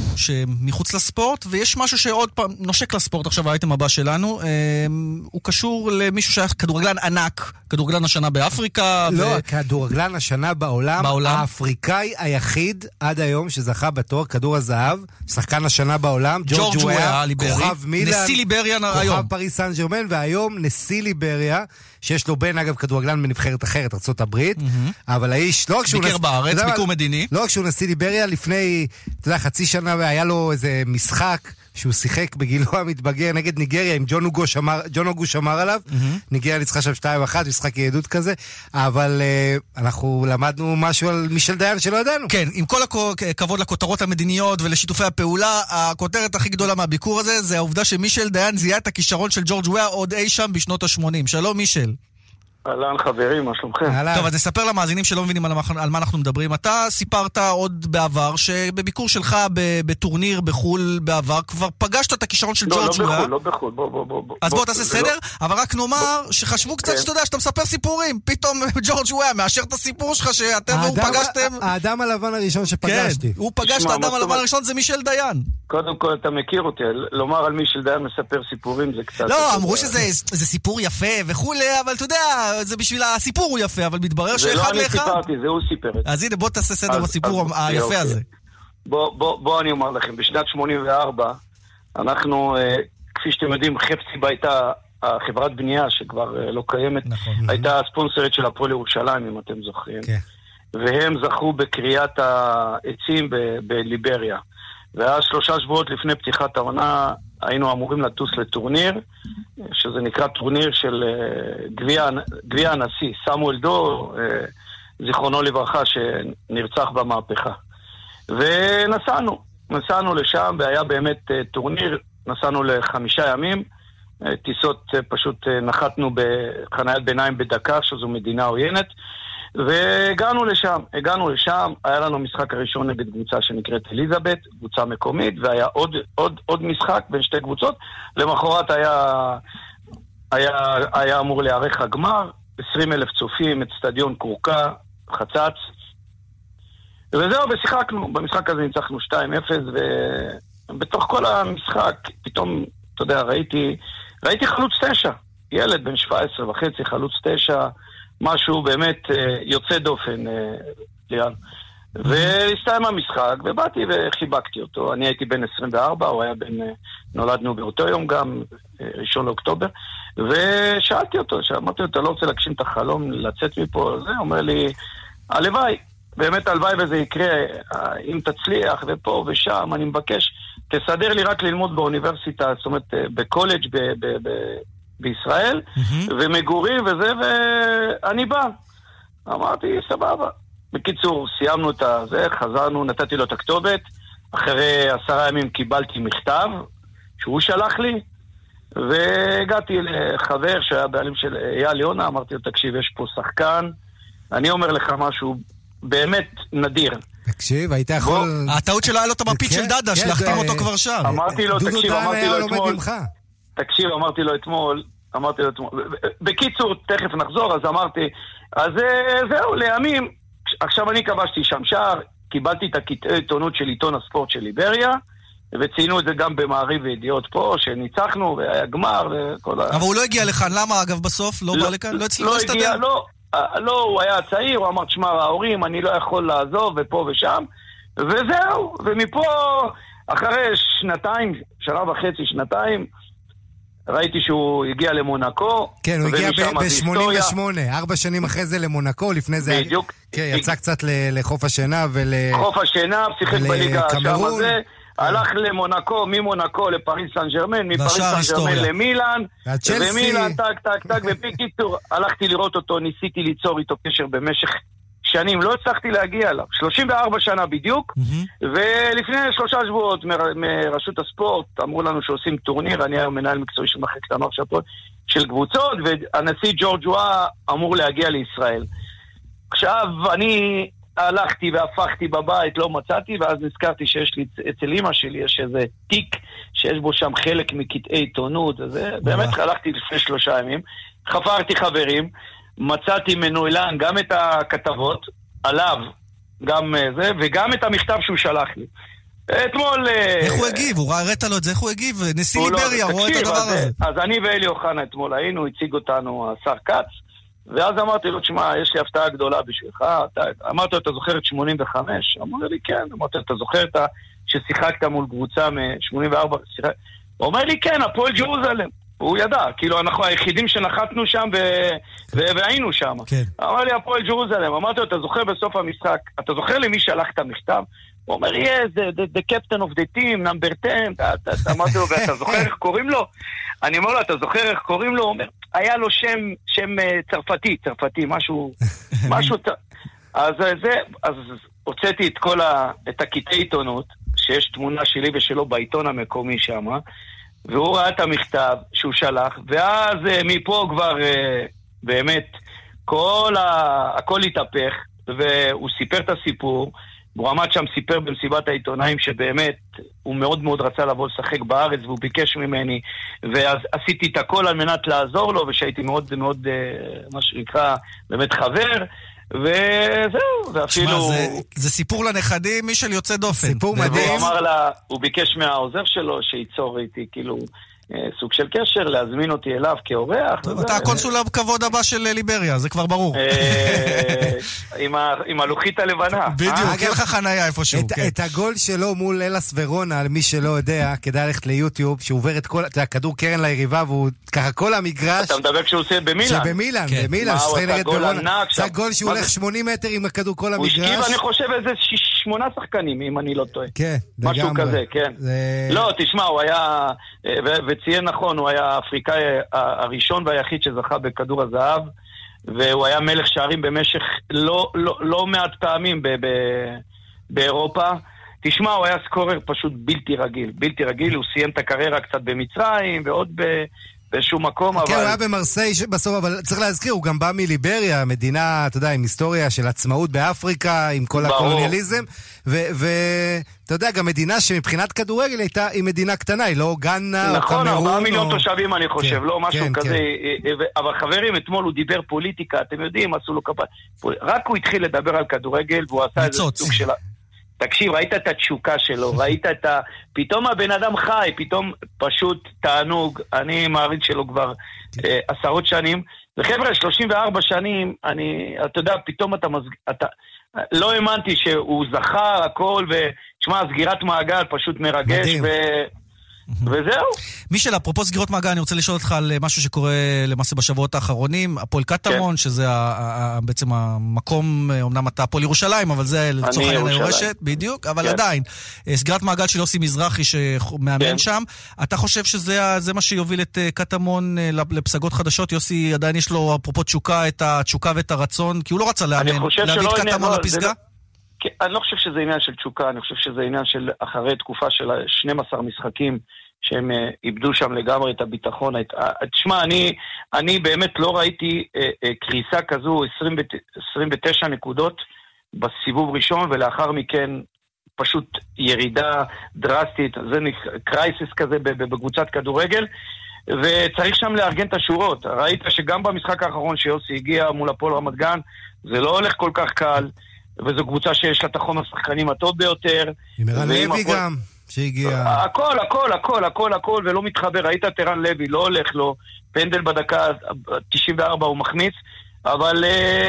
[SPEAKER 1] שמחוץ לספורט, ויש משהו שעוד פעם נושק לספורט עכשיו, האייטם הבא שלנו, הוא קשור למישהו שהיה כדורגלן ענק, כדורגלן השנה באפריקה.
[SPEAKER 2] לא, ו... כדורגלן השנה בעולם, בעולם, האפריקאי היחיד עד היום שזכה בתואר כדור הזהב, שחקן השנה בעולם, ג'ורג' וויה, כוכב מילאן,
[SPEAKER 1] נשיא ליבריה היום.
[SPEAKER 2] כוכב פריס סן ז'רמן, והיום נשיא ליבריה, שיש לו בן אגב כדורגלן מנבחרת אחרת, ארצות הברית, mm-hmm. אבל האיש, לא רק שהוא...
[SPEAKER 1] ביקר נס... בארץ, ביקור מדיני.
[SPEAKER 2] לא רק שהוא נשיא ליבריה, לפני, אתה יודע, חצי שנה היה לו איזה משחק, שהוא שיחק בגילו המתבגר נגד ניגריה, עם ג'ון אוגו שמר, ג'ון אוגו שמר עליו, mm-hmm. ניגריה ניצחה שם שתיים ואחת, משחק יעדות כזה, אבל uh, אנחנו למדנו משהו על מישל דיין שלא ידענו.
[SPEAKER 1] כן, עם כל הכבוד לכותרות המדיניות ולשיתופי הפעולה, הכותרת הכי גדולה מהביקור הזה, זה העובדה שמישל דיין זיהה את הכישרון של ג'ורג' וויה עוד אי שם בשנות ה-שמונים. שלום מישל.
[SPEAKER 15] אהלן חברים, מה שלומכם?
[SPEAKER 1] טוב, אז נספר למאזינים שלא מבינים על מה אנחנו מדברים. אתה סיפרת עוד בעבר שבביקור שלך בטורניר בחול בעבר כבר פגשת את הכישרון של ג'ורג' וויה.
[SPEAKER 15] לא, לא בחול, בוא, בוא, בוא.
[SPEAKER 1] אז בוא תעשה סדר, אבל רק נאמר שחשבו קצת שאתה יודע, שאתה מספר סיפורים. פתאום ג'ורג' וויה מאשר את הסיפור שלך שאתם והוא פגשתם.
[SPEAKER 2] האדם הלבן הראשון שפגשתי.
[SPEAKER 1] הוא פגש את האדם הלבן הראשון, זה מישל דיין.
[SPEAKER 15] קודם כל אתה מכיר אותי, לומר על מישל דיין מספר סיפורים זה קצת...
[SPEAKER 1] לא, אמרו שזה סיפור יפה וכולי, אבל אתה יודע, זה בשביל הסיפור הוא יפה, אבל מתברר שאחד לאחד...
[SPEAKER 15] זה לא אני סיפרתי, זה הוא סיפר את זה.
[SPEAKER 1] אז הנה, בוא תעשה סדר בסיפור היפה הזה.
[SPEAKER 15] בוא אני אומר לכם, בשנת שמונים וארבע, אנחנו, כפי שאתם יודעים, חפציבה הייתה החברת בנייה שכבר לא קיימת,
[SPEAKER 1] נכון.
[SPEAKER 15] הייתה הספונסרית של הפועל ירושלים, אם אתם זוכרים.
[SPEAKER 2] כן.
[SPEAKER 15] והם זכו בקריאת העצים ב- בליבריה. ואז שלושה שבועות לפני פתיחת העונה, היינו אמורים לטוס לטורניר, שזה נקרא טורניר של uh, גביע, גביע הנשיא, סמואל דו, uh, זיכרונו לברכה, שנרצח במהפכה. ונסענו, נסענו לשם, והיה באמת uh, טורניר, נסענו לחמישה ימים, uh, טיסות uh, פשוט uh, נחתנו בחניית ביניים בדקה, שזו מדינה עוינת, והגענו לשם, הגענו לשם, היה לנו משחק הראשון נגד קבוצה שנקראת אליזבת, קבוצה מקומית, והיה עוד, עוד, עוד משחק בין שתי קבוצות, למחרת היה, היה, היה אמור להיערך הגמר, עשרים אלף צופים, את סטדיון קורקה, חצץ, וזהו, ושיחקנו, במשחק הזה ניצחנו שתיים אפס, ובתוך כל המשחק, פתאום, אתה יודע, ראיתי, ראיתי חלוץ תשע, ילד בן שבע עשרה וחצי, חלוץ תשע, משהו באמת יוצא דופן, ליאן. והסתיים המשחק, ובאתי וחיבקתי אותו. אני הייתי בן עשרים וארבע, הוא היה בן, נולדנו באותו יום גם, ראשון לאוקטובר, ושאלתי אותו, שאמרתי לו, אתה לא רוצה להגשים את החלום, לצאת מפה, זה, אומר לי, הלוואי, באמת הלוואי וזה יקרה, אם תצליח, ופה ושם, אני מבקש, תסדר לי רק ללמוד באוניברסיטה, זאת אומרת, בקולג' ב... ב, ב בישראל, mm-hmm. ומגורים וזה, ואני בא. אמרתי, סבבה. בקיצור, סיימנו את זה, חזרנו, נתתי לו את הכתובת, אחרי עשרה ימים קיבלתי מכתב, שהוא שלח לי, והגעתי לחבר שהיה בעלים של אייל יונה, אמרתי לו, תקשיב, יש פה שחקן, אני אומר לך משהו באמת נדיר.
[SPEAKER 2] תקשיב, היית יכול...
[SPEAKER 1] הטעות שלו היה לו את המפיץ של דדה, שלחתים אותו כבר שם.
[SPEAKER 15] אמרתי לו, תקשיב, אמרתי לו אתמול... תקשיב, אמרתי לו אתמול, אמרתי לו אתמול, בקיצור, תכף נחזור, אז אמרתי, אז זהו, לימים, עכשיו אני כבשתי שם שער, קיבלתי את הקטעי עיתונות של עיתון הספורט של ליבריה, וציינו את זה גם במעריב וידיעות פה, שניצחנו, והיה גמר, וכל ה...
[SPEAKER 1] אבל הוא לא הגיע לכאן, למה אגב בסוף? לא בא לכאן? לא הצליח להסתדר?
[SPEAKER 15] לא, לא, הוא היה צעיר, הוא אמר, תשמע, ההורים, אני לא יכול לעזוב, ופה ושם, וזהו, ומפה, אחרי שנתיים, שנה וחצי, שנתיים, ראיתי שהוא הגיע למונקו.
[SPEAKER 2] כן, הוא הגיע ב-שמונים ושמונה, ארבע שנים אחרי זה למונקו, לפני זה...
[SPEAKER 15] בדיוק.
[SPEAKER 2] כן, יצא קצת לחוף השינה ול...
[SPEAKER 15] חוף השינה, שיחק בליגה שם הזה, הלך למונקו, ממונקו לפריס סן ג'רמן, מפריס סן ג'רמן למילאן, ומילאן, טק, טק, טק, בקיצור, הלכתי לראות אותו, ניסיתי ליצור איתו קשר במשך שנים, לא הצלחתי להגיע אליו, שלושים וארבע שנה בדיוק, ולפני שלושה שבועות מרשות הספורט אמרו לנו שעושים טורניר, אני היום מנהל מקצועי של מחלקת הנוער של קבוצות, והנשיא ג'ורג' וואה אמור להגיע לישראל. עכשיו אני הלכתי והפכתי בבית, לא מצאתי, ואז נזכרתי שיש לי אצל אמא שלי, יש איזה תיק שיש בו שם חלק מקטעי עיתונות, אז באמת הלכתי לפני שלושה ימים, חפרתי חברים, מצאתי מנוילן גם את הכתבות עליו, גם זה, וגם את המכתב שהוא שלח לי. אתמול...
[SPEAKER 1] איך הוא הגיב? הוא ראית לו את זה, איך הוא הגיב? נשיא ליבריה, הוא רואה את הדבר הזה.
[SPEAKER 15] אז אני ואלי אוחנה אתמול היינו, הציג אותנו השר קץ, ואז אמרתי לו, תשמע, יש לי הפתעה גדולה בשבילך. אמרתי לו, אתה זוכר את שמונים וחמש? אמר לי, כן. אמרתי לו, אתה זוכר את ששיחקת מול קבוצה מ-שמונים וארבע? הוא אומר לי, כן, הפועל ג'רוזלם. הוא ידע, כאילו אנחנו היחידים שנחתנו שם והיינו שם. אמר לי, הפועל ג'רוזלם. אמרתי לו, אתה זוכר בסוף המשחק, אתה זוכר למי שלח את המכתב? הוא אומר, yes, the captain of the team, number ten. אמרתי לו, ואתה זוכר איך קוראים לו? אני אומר לו, אתה זוכר איך קוראים לו? הוא אומר, היה לו שם, שם צרפתי, צרפתי, משהו, משהו, אז זה, אז הוצאתי את כל ה, את הקטעי עיתונות, שיש תמונה שלי ושלו בעיתון המקומי שם, והוא ראה את המכתב שהוא שלח, ואז מפה כבר באמת, כל ה, הכל התהפך, והוא סיפר את הסיפור, הוא עמד שם, סיפר במסיבת העיתונאים שבאמת הוא מאוד מאוד רצה לבוא לשחק בארץ, והוא ביקש ממני, ואז עשיתי את הכל על מנת לעזור לו, ושהייתי מאוד מאוד, מה שנקרא, באמת חבר, וזהו, ואפילו...
[SPEAKER 1] שמה, זה, זה סיפור לנכדים, מישל יוצא דופן.
[SPEAKER 2] סיפור מדהים.
[SPEAKER 15] הוא אמר לה, הוא ביקש מהעוזר שלו שייצור איתי, כאילו, סוג של קשר, להזמין אותי אליו כאורח.
[SPEAKER 1] טוב, אתה הקונסול הכבוד הבא של ליבריה, זה כבר ברור.
[SPEAKER 15] עם הלוחית הלבנה.
[SPEAKER 1] בדיוק, אין לך חנייה איפשהו.
[SPEAKER 2] את הגול שלו מול אלאס ורונה, למי שלא יודע, כדאי ללכת ליוטיוב, שהוא עובר את כל, הכדור קרן ליריבה, והוא ככה כל המגרש.
[SPEAKER 15] אתה מדבר כשהוא עושה במילאן.
[SPEAKER 2] שבמילאן, במילאן, זה הגול שהוא הולך שמונים מטר עם הכדור כל המגרש.
[SPEAKER 15] הוא השכיב, אני חושב, איזה שמונה שחקנים, אם אני לא טועה.
[SPEAKER 2] כן,
[SPEAKER 15] משהו כזה, כן. לא, תשמע, הוא היה, וציין נכון, הוא היה האפריקאי הראשון והיחיד שזכה בכדור הזהב, והוא היה מלך שערים במשך לא, לא, לא מעט פעמים ב, ב, באירופה. תשמע, הוא היה סקורר פשוט בלתי רגיל, בלתי רגיל, הוא סיים את הקריירה קצת במצרים ועוד ב... באיזשהו מקום, אבל...
[SPEAKER 2] כן, הוא היה במרסיי בסוף, אבל צריך להזכיר, הוא גם בא מליבריה, מדינה, אתה יודע, עם היסטוריה של עצמאות באפריקה, עם כל הקולוניאליזם, ואתה יודע, גם מדינה שמבחינת כדורגל הייתה, היא מדינה קטנה, היא לא גאנה או
[SPEAKER 15] נכון,
[SPEAKER 2] קמרון.
[SPEAKER 15] ארבעה מיליון תושבים, אני חושב, לא משהו כזה. אבל חברים, אתמול הוא דיבר פוליטיקה, אתם יודעים, עשו לו כפה... רק הוא התחיל לדבר על כדורגל, והוא עשה איזה סוג של... תקשיב, ראית את התשוקה שלו, ראית את ה... פתאום הבן אדם חי, פתאום פשוט תענוג, אני מעריץ שלו כבר אה, עשרות שנים, וחבר'ה, שלושים וארבע שנים, אני, אתה יודע, פתאום אתה מזג... אתה... לא האמנתי שהוא זכר הכל, ושמע, סגירת מעגל פשוט מרגש, ו... וזהו.
[SPEAKER 1] מישל, אפרופו סגירות מעגל, אני רוצה לשאול אותך על משהו שקורה למעשה בשבועות האחרונים, הפועל קטמון, שזה בעצם המקום, אמנם אתה הפועל ירושלים, אבל זה לצורך העניין היורשת, בדיוק, אבל עדיין, סגירת מעגל של יוסי מזרחי שמאמן שם, אתה חושב שזה מה שיוביל את קטמון לפסגות חדשות? יוסי עדיין יש לו אפרופו תשוקה, את התשוקה ואת הרצון, כי הוא לא רצה להביא את קטמון לפסגה?
[SPEAKER 15] אני לא חושב שזה עניין של תשוקה, אני חושב שזה עניין של אחרי תקופה של שנים עשר משחקים שהם איבדו שם לגמרי את הביטחון. תשמע, אני, אני באמת לא ראיתי קריסה כזו, עשרים ותשע נקודות בסיבוב ראשון, ולאחר מכן פשוט ירידה דרסטית, זה קרייסיס כזה בקבוצת כדורגל, וצריך שם לארגן את השורות. ראית שגם במשחק האחרון שיוסי הגיע מול הפועל רמת גן, זה לא הולך כל כך קל, וזו קבוצה שיש לה את החום השחקנים הטוב ביותר.
[SPEAKER 2] עם ערן לוי גם, שהגיע...
[SPEAKER 15] הכל, הכל, הכל, הכל, הכל, ולא מתחבר. ראית את ערן לוי, לא הולך לו, פנדל בדקה תשעים וארבע הוא מחמיץ, אבל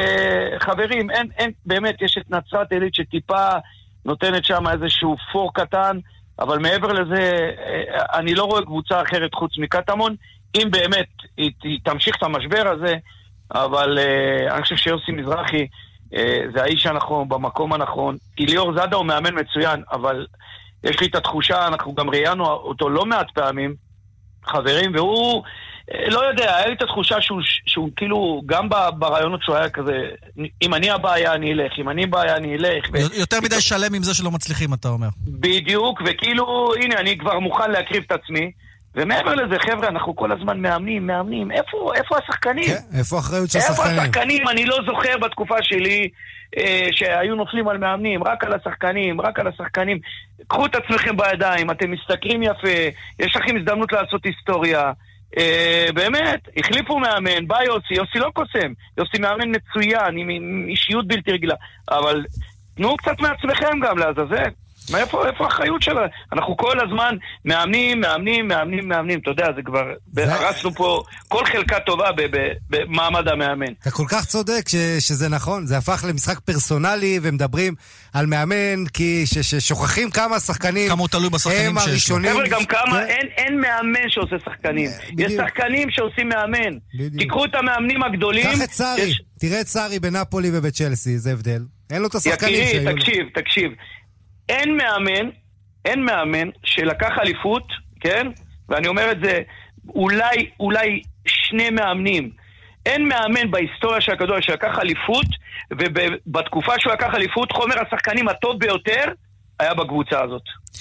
[SPEAKER 15] חברים, אין, אין, באמת, יש את נצרת עילית שטיפה נותנת שם איזשהו פור קטן, אבל מעבר לזה, אני לא רואה קבוצה אחרת חוץ מקטמון, אם באמת היא, היא תמשיך את המשבר הזה, אבל אני חושב שיוסי מזרחי, זה האיש הנכון, במקום הנכון. אליאור זאדה הוא מאמן מצוין, אבל יש לי את התחושה, אנחנו גם ראיינו אותו לא מעט פעמים, חברים, והוא, לא יודע, היה לי את התחושה שהוא, שהוא כאילו, גם ברעיונות שהוא היה כזה, אם אני הבעיה אני אלך, אם אני הבעיה אני אלך. ו...
[SPEAKER 1] יותר מדי שלם עם זה שלא מצליחים, אתה אומר.
[SPEAKER 15] בדיוק, וכאילו, הנה, אני כבר מוכן להקריב את עצמי, ומעבר לזה, חבר'ה, אנחנו כל הזמן מאמנים, מאמנים. איפה, איפה השחקנים?
[SPEAKER 2] כן, איפה האחריות של השחקנים?
[SPEAKER 15] איפה השחקנים? אני לא זוכר בתקופה שלי אה, שהיו נופלים על מאמנים, רק על השחקנים, רק על השחקנים. קחו את עצמכם בידיים, אתם מסתכלים יפה, יש לכם הזדמנות לעשות היסטוריה. אה, באמת, החליפו מאמן, בא יוסי, יוסי לא קוסם, יוסי מאמן מצוין, עם, עם אישיות בלתי רגילה. אבל תנו קצת מעצמכם גם לעזאזל. מאיפה, איפה האחריות שלה? אנחנו כל הזמן מאמנים, מאמנים, מאמנים, מאמנים. אתה יודע, זה כבר, הרסנו פה כל חלקה טובה במעמד המאמן.
[SPEAKER 2] אתה כל כך צודק שזה נכון. זה הפך למשחק פרסונלי, ומדברים על מאמן, כי ששוכחים כמה שחקנים
[SPEAKER 1] כמה הוא תלוי בשחקנים שיש לו.
[SPEAKER 15] אבל גם כמה, אין מאמן שעושה שחקנים. יש שחקנים שעושים מאמן. תיקחו את המאמנים הגדולים.
[SPEAKER 2] קח את סארי. תראה את סארי בנפולי ובצ'לסי, זה הבדל. אין לו את השחקנים שהיו לו.
[SPEAKER 15] תקשיב, תקשיב. אין מאמן, אין מאמן שלקח אליפות, כן? ואני אומר את זה, אולי, אולי שני מאמנים. אין מאמן בהיסטוריה של הכדורגל שלקח אליפות, ובתקופה שהוא לקח אליפות, חומר השחקנים הטוב ביותר היה בקבוצה הזאת.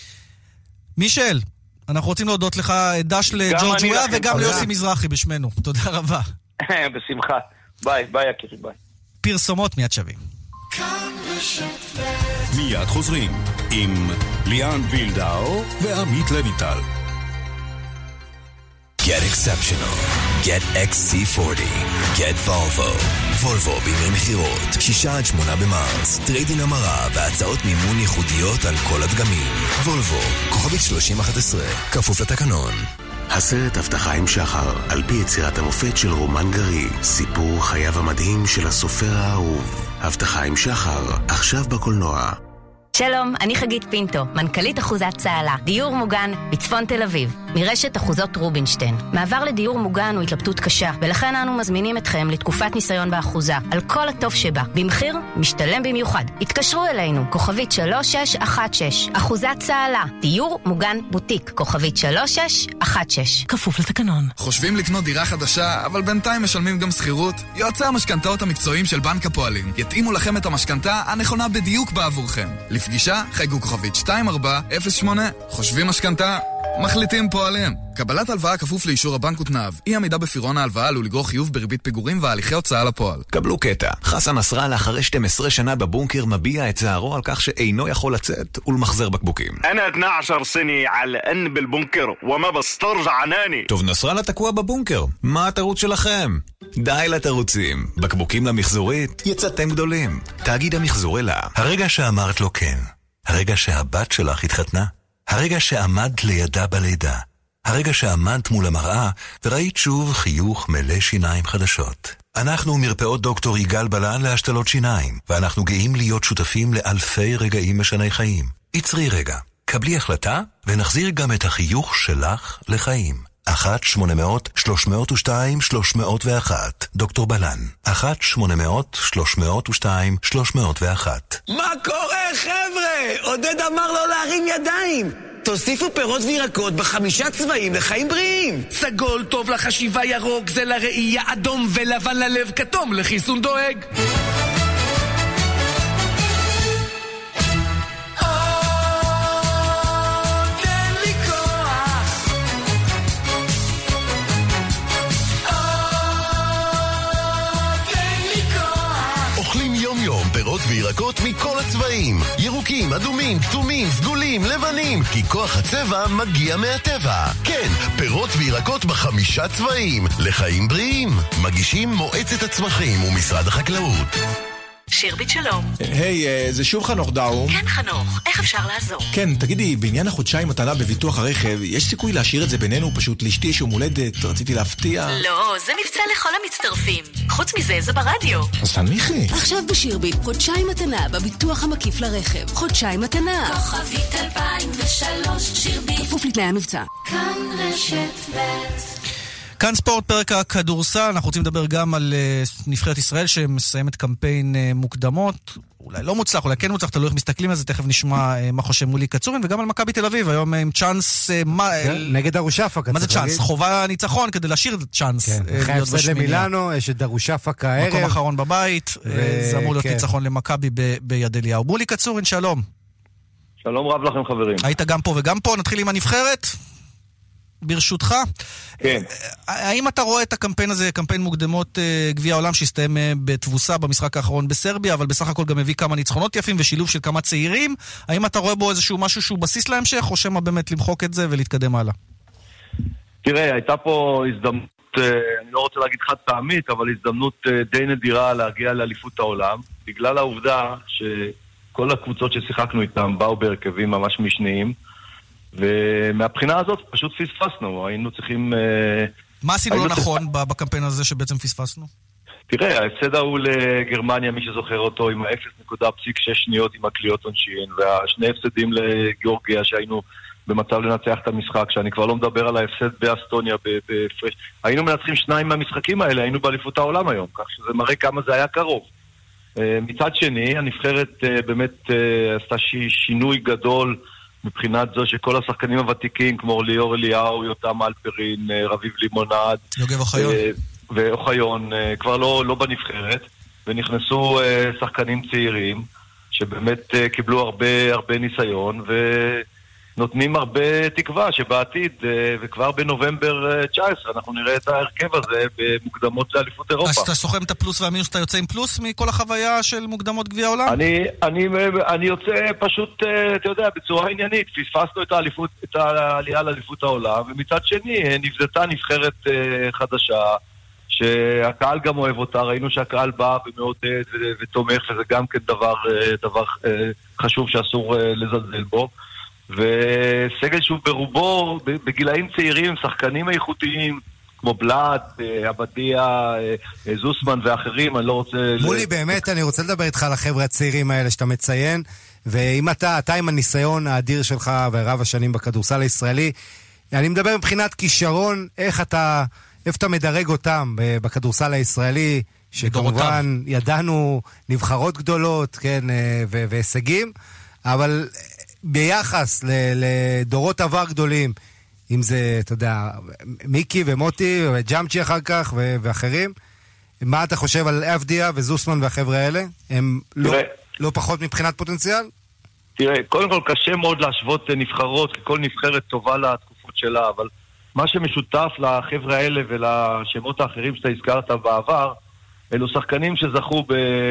[SPEAKER 1] מישל, אנחנו רוצים להודות לך, דש לג'ורג'ויה וגם ליוסי מזרחי בשמנו. תודה רבה.
[SPEAKER 15] בשמחה. ביי, ביי יקירי, ביי.
[SPEAKER 1] פרסומות מיד שווים.
[SPEAKER 5] מיד חוזרים עם ליאן וילדאו ועמית לויטל.
[SPEAKER 8] Get exceptional. Get אקס סי ארבעים. Get Volvo. Volvo בימי מחירות. שישה עד שמונה במרס. טריידין המרה והצעות מימון ייחודיות על כל הדגמים. Volvo. כוכבית שלושים ואחת עשרה. כפוף לתקנון. הסרט הבטחה עם שחר, על פי יצירת המופת של רומן גרי, סיפור חייו המדהים של הסופר האהוב. הבטחה עם שחר, עכשיו בקולנוע.
[SPEAKER 16] שלום, אני חגית פינטו, מנכ"לית אחוזת צהלה, דיור מוגן בצפון תל אביב, מרשת אחוזות רובינשטיין. מעבר לדיור מוגן הוא התלבטות קשה, ולכן אנו מזמינים אתכם לתקופת ניסיון באחוזה, על כל הטוב שבה, במחיר משתלם במיוחד. התקשרו אלינו, כוכבית שלוש שש אחת שש, אחוזת צהלה, דיור מוגן בוטיק, כוכבית שלוש שש אחת שש. כפוף לתקנון.
[SPEAKER 17] חושבים לקנות דירה חדשה, אבל בינתיים משלמים גם שכירות? יועצי המשכנתאות המקצועיים של בנק הפועלים יתאימו לכם את המשכנתה הנכונה בדיוק בעבורכם. לפגישה, חייגו כוכבית שתיים ארבע אפס שמונה. חושבים משכנתה? מחליטים פועלים. קבלת הלוואה כפוף לאישור הבנק ותנאיו. אי עמידה בפירעון ההלוואה עלול לגרור חיוב בריבית פיגורים והליכי הוצאה לפועל.
[SPEAKER 11] קבלו קטע. חסן נסראללה אחרי שתים עשרה שנה בבונקר מביע את צערו על כך שאינו יכול לצאת ולמחזר בקבוקים.
[SPEAKER 18] أنا اثنا عشر سنة على أن بالبنكر وما بسترجع عناني.
[SPEAKER 11] טוב, נסראללה תקוע בבונקר. מה התירוץ שלכם? די לתירוצים. בקבוקים למחזורית יצאתם גדולים. תאגיד המחזור אלה.
[SPEAKER 8] הרגע שאמרת לו כן. הרגע שהבת שלך התחתנה. הרגע שעמדת לידה בלידה. הרגע שעמדת מול המראה וראית שוב חיוך מלא שיניים חדשות. אנחנו מרפאות דוקטור יגאל בלן להשתלות שיניים, ואנחנו גאים להיות שותפים לאלפי רגעים משני חיים. יצרי רגע, קבלי החלטה ונחזיר גם את החיוך שלך לחיים. אחת שמונה מאות שלוש מאות ושתיים שלוש מאות ואחת דוקטור בלן. אחת שמונה מאות שלוש מאות ושתיים שלוש מאות ואחת.
[SPEAKER 19] מה קורה חבר'ה? עודד אמר לו להרים ידיים. תוסיפו פירות וירקות בחמישה צבעים לחיים בריאים. סגול טוב לחשיבה, ירוק זה לראייה, אדום ולבן ללב, כתום לחיסון דואג.
[SPEAKER 9] פירות וירקות מכל הצבעים, ירוקים, אדומים, כתומים, סגולים, לבנים, כי כוח הצבע מגיע מהטבע. כן, פירות וירקות בחמישה צבעים, לחיים בריאים. מגישים מועצת הצמחים ומשרד החקלאות.
[SPEAKER 10] שירבית שלום.
[SPEAKER 11] היי, זה שוב חנוך דאום.
[SPEAKER 10] כן חנוך, איך אפשר לעזור?
[SPEAKER 11] כן, תגידי, בעניין החודשיים מתנה בביטוח הרכב, יש סיכוי להשאיר את זה בינינו? פשוט לאשתי יש יום הולדת, רציתי להפתיע.
[SPEAKER 10] לא, זה מבצע לכל המצטרפים. חוץ מזה, זה ברדיו.
[SPEAKER 11] אז תנמיכי.
[SPEAKER 12] עכשיו בשירבית, חודשיים מתנה בביטוח המקיף לרכב. חודשיים מתנה.
[SPEAKER 7] כוכבית אלפיים ושלוש, שירבית.
[SPEAKER 12] כפוף לתנאי המבצע.
[SPEAKER 7] כאן רשת ב'.
[SPEAKER 1] כאן ספורט, פרק הכדורסל. אנחנו רוצים לדבר גם על uh, נבחרת ישראל שמסיימת קמפיין uh, מוקדמות, אולי לא מוצלח, אולי כן מוצלח, תלוי איך מסתכלים על זה, תכף נשמע uh, מה חושב מולי קצורין, וגם על מכבי תל אביב, היום uh, עם צ'אנס uh, מה,
[SPEAKER 2] כן, uh, נגד דרושפקה.
[SPEAKER 1] מה זה צ'אנס? להגיד? חובה ניצחון כדי להשאיר את צ'אנס.
[SPEAKER 2] כן, uh, אחרי הפסד למילאנו, יש את דרושפקה הערב.
[SPEAKER 1] מקום אחרון בבית, ו... uh, זה אמור להיות כן. ניצחון למכבי ב- ביד אליהו. מולי קצורין, שלום.
[SPEAKER 20] שלום רב לכם חברים.
[SPEAKER 1] היית גם פה וגם פה, נתחיל עם הנבחרת. ברשותך,
[SPEAKER 20] כן.
[SPEAKER 1] האם אתה רואה את הקמפיין הזה, קמפיין מוקדמות גביע העולם שהסתיים בתבוסה במשחק האחרון בסרביה, אבל בסך הכל גם הביא כמה ניצחונות יפים ושילוב של כמה צעירים, האם אתה רואה בו איזשהו משהו שהוא בסיס להמשך, או שמה באמת למחוק את זה ולהתקדם הלאה?
[SPEAKER 20] תראה, הייתה פה הזדמנות, אני לא רוצה להגיד חד פעמית, אבל הזדמנות די נדירה להגיע לאליפות העולם, בגלל העובדה שכל הקבוצות ששיחקנו איתם באו בהרכבים ממש משניים, ומהבחינה הזאת פשוט פספסנו, היינו צריכים...
[SPEAKER 1] מה עשינו לא נכון בקמפיין הזה שבעצם פספסנו?
[SPEAKER 20] תראה, ההפסד ההוא לגרמניה, מי שזוכר אותו, עם ה-אפס נקודה שש שניות עם הקליעות עונשין, והשני הפסדים לגיאורגיה שהיינו במצב לנצח את המשחק, שאני כבר לא מדבר על ההפסד באסטוניה, בפרש... היינו מנצחים שניים מהמשחקים האלה, היינו באליפות העולם היום, כך שזה מראה כמה זה היה קרוב. מצד שני, הנבחרת באמת עשתה שינוי גדול, מבחינת זו שכל השחקנים הוותיקים, כמו ליאור אליהו, יותם אלפרין, רביב לימונד,
[SPEAKER 1] יוגב אוחיון,
[SPEAKER 20] ואוחיון, כבר לא, לא בנבחרת, ונכנסו שחקנים צעירים, שבאמת קיבלו הרבה, הרבה ניסיון, ונותנים הרבה תקווה שבעתיד, וכבר בנובמבר תשע עשרה, אנחנו נראה את ההרכב הזה במוקדמות לאליפות אירופה. אז
[SPEAKER 1] אתה סוכם את הפלוס והמינוס, אתה יוצא עם פלוס מכל החוויה של מוקדמות גביע העולם?
[SPEAKER 20] אני, אני, אני יוצא פשוט, אתה יודע, בצורה עניינית. פספסנו את האליפות, את העלייה לאליפות העולם, ומצד שני נבזתה נבחרת חדשה, שהקהל גם אוהב אותה, ראינו שהקהל בא ומעודד ותומך, וזה גם כן דבר, דבר חשוב שאסור לזלזל בו. וסגל שהוא ברובו, בגילאים צעירים, שחקנים איכותיים, כמו בלאט, עבדיה, זוסמן ואחרים, אני לא רוצה...
[SPEAKER 2] מולי, באמת, אני רוצה לדבר איתך על החבר'ה הצעירים האלה שאתה מציין, ואם אתה, אתה עם הניסיון האדיר שלך ורב השנים בכדורסל הישראלי, אני מדבר מבחינת כישרון, איך אתה, איפה אתה מדרג אותם בכדורסל הישראלי, שכמובן ידענו נבחרות גדולות, כן, והישגים, אבל ביחס לדורות עבר גדולים, אם זה, אתה יודע, מיקי ומוטי וג'אמצ'י אחר כך ואחרים, מה אתה חושב על אבדיה וזוסמן והחבר'ה האלה? הם לא, לא פחות מבחינת פוטנציאל?
[SPEAKER 20] תראה, קודם כל קשה מאוד להשוות נבחרות, כי כל נבחרת טובה לתקופות שלה, אבל מה שמשותף לחבר'ה האלה ולשמות האחרים שאתה הזכרת בעבר, אלו שחקנים שזכו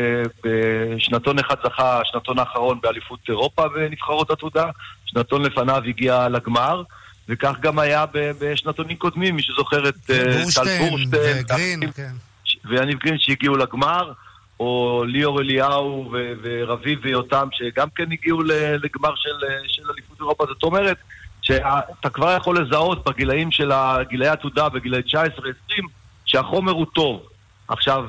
[SPEAKER 20] בשנתון אחד, זכה שנתון האחרון באליפות אירופה בנבחרות עתודה, שנתון לפניו הגיע לגמר, וכך גם היה בשנתונים קודמים, מי שזוכר את טל בורשטיין ויניב גרין שהגיעו לגמר, או ליאור אליהו ורביב ויותם שגם כן הגיעו לגמר של אליפות אירופה. זאת אומרת שאתה כבר יכול לזהות בגילאים של הגילאי עתודה, בגילאי תשע עשרה עשרים, שהחומר הוא טוב. עכשיו,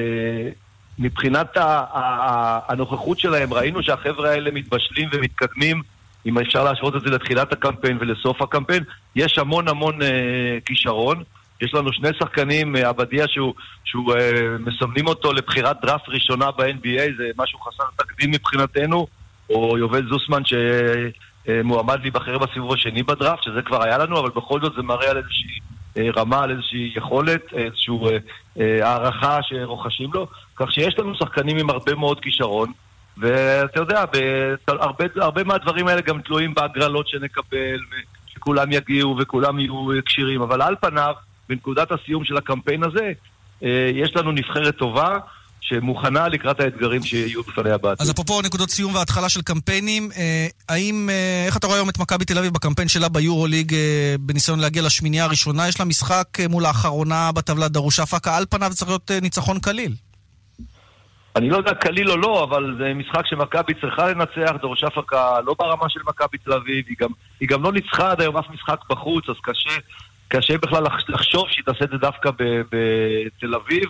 [SPEAKER 20] מבחינת הנוכחות שלהם, ראינו שהחבר'ה האלה מתבשלים ומתקדמים, אם אפשר להשוות את זה לתחילת הקמפיין ולסוף הקמפיין, יש המון המון כישרון. יש לנו שני שחקנים, עבדיה שהוא, שהוא מסמנים אותו לבחירת דראפט ראשונה ב-אן בי איי, זה משהו חסר תקדים מבחינתנו, או יובל זוסמן שמועמד להיבחר בסיבוב השני בדראפט, שזה כבר היה לנו, אבל בכל זאת זה מראה על איזושהי רמה, על איזושהי יכולת, איזושהי הערכה שרוכשים לו, כך שיש לנו שחקנים עם הרבה מאוד כישרון, ואתה יודע, הרבה, הרבה מהדברים האלה גם תלויים בהגרלות שנקבל, וכולם יגיעו וכולם יהיו קשירים, אבל על פניו, בנקודת הסיום של הקמפיין הזה, יש לנו נבחרת טובה, שמוכנה לקראת האתגרים שיהיו בפניה בעתיד.
[SPEAKER 1] אז אפרופו נקודות סיום וההתחלה של קמפיינים, האם, איך אתה רואה היום את מכבי תל אביב בקמפיין שלה ביורוליג בניסיון להגיע לשמינייה הראשונה? יש לה משחק מול האחרונה בטבלה דרושפקה, על פניו צריך להיות ניצחון קליל.
[SPEAKER 20] אני לא יודע קליל או לא, אבל זה משחק שמכבי צריכה לנצח, דרושפקה לא ברמה של מכבי תל אביב, היא גם, היא גם לא ניצחה עד היום אף משחק בחוץ, אז קשה, קשה בכלל לחשוב שהיא תעשה את זה דווקא בתל אביב.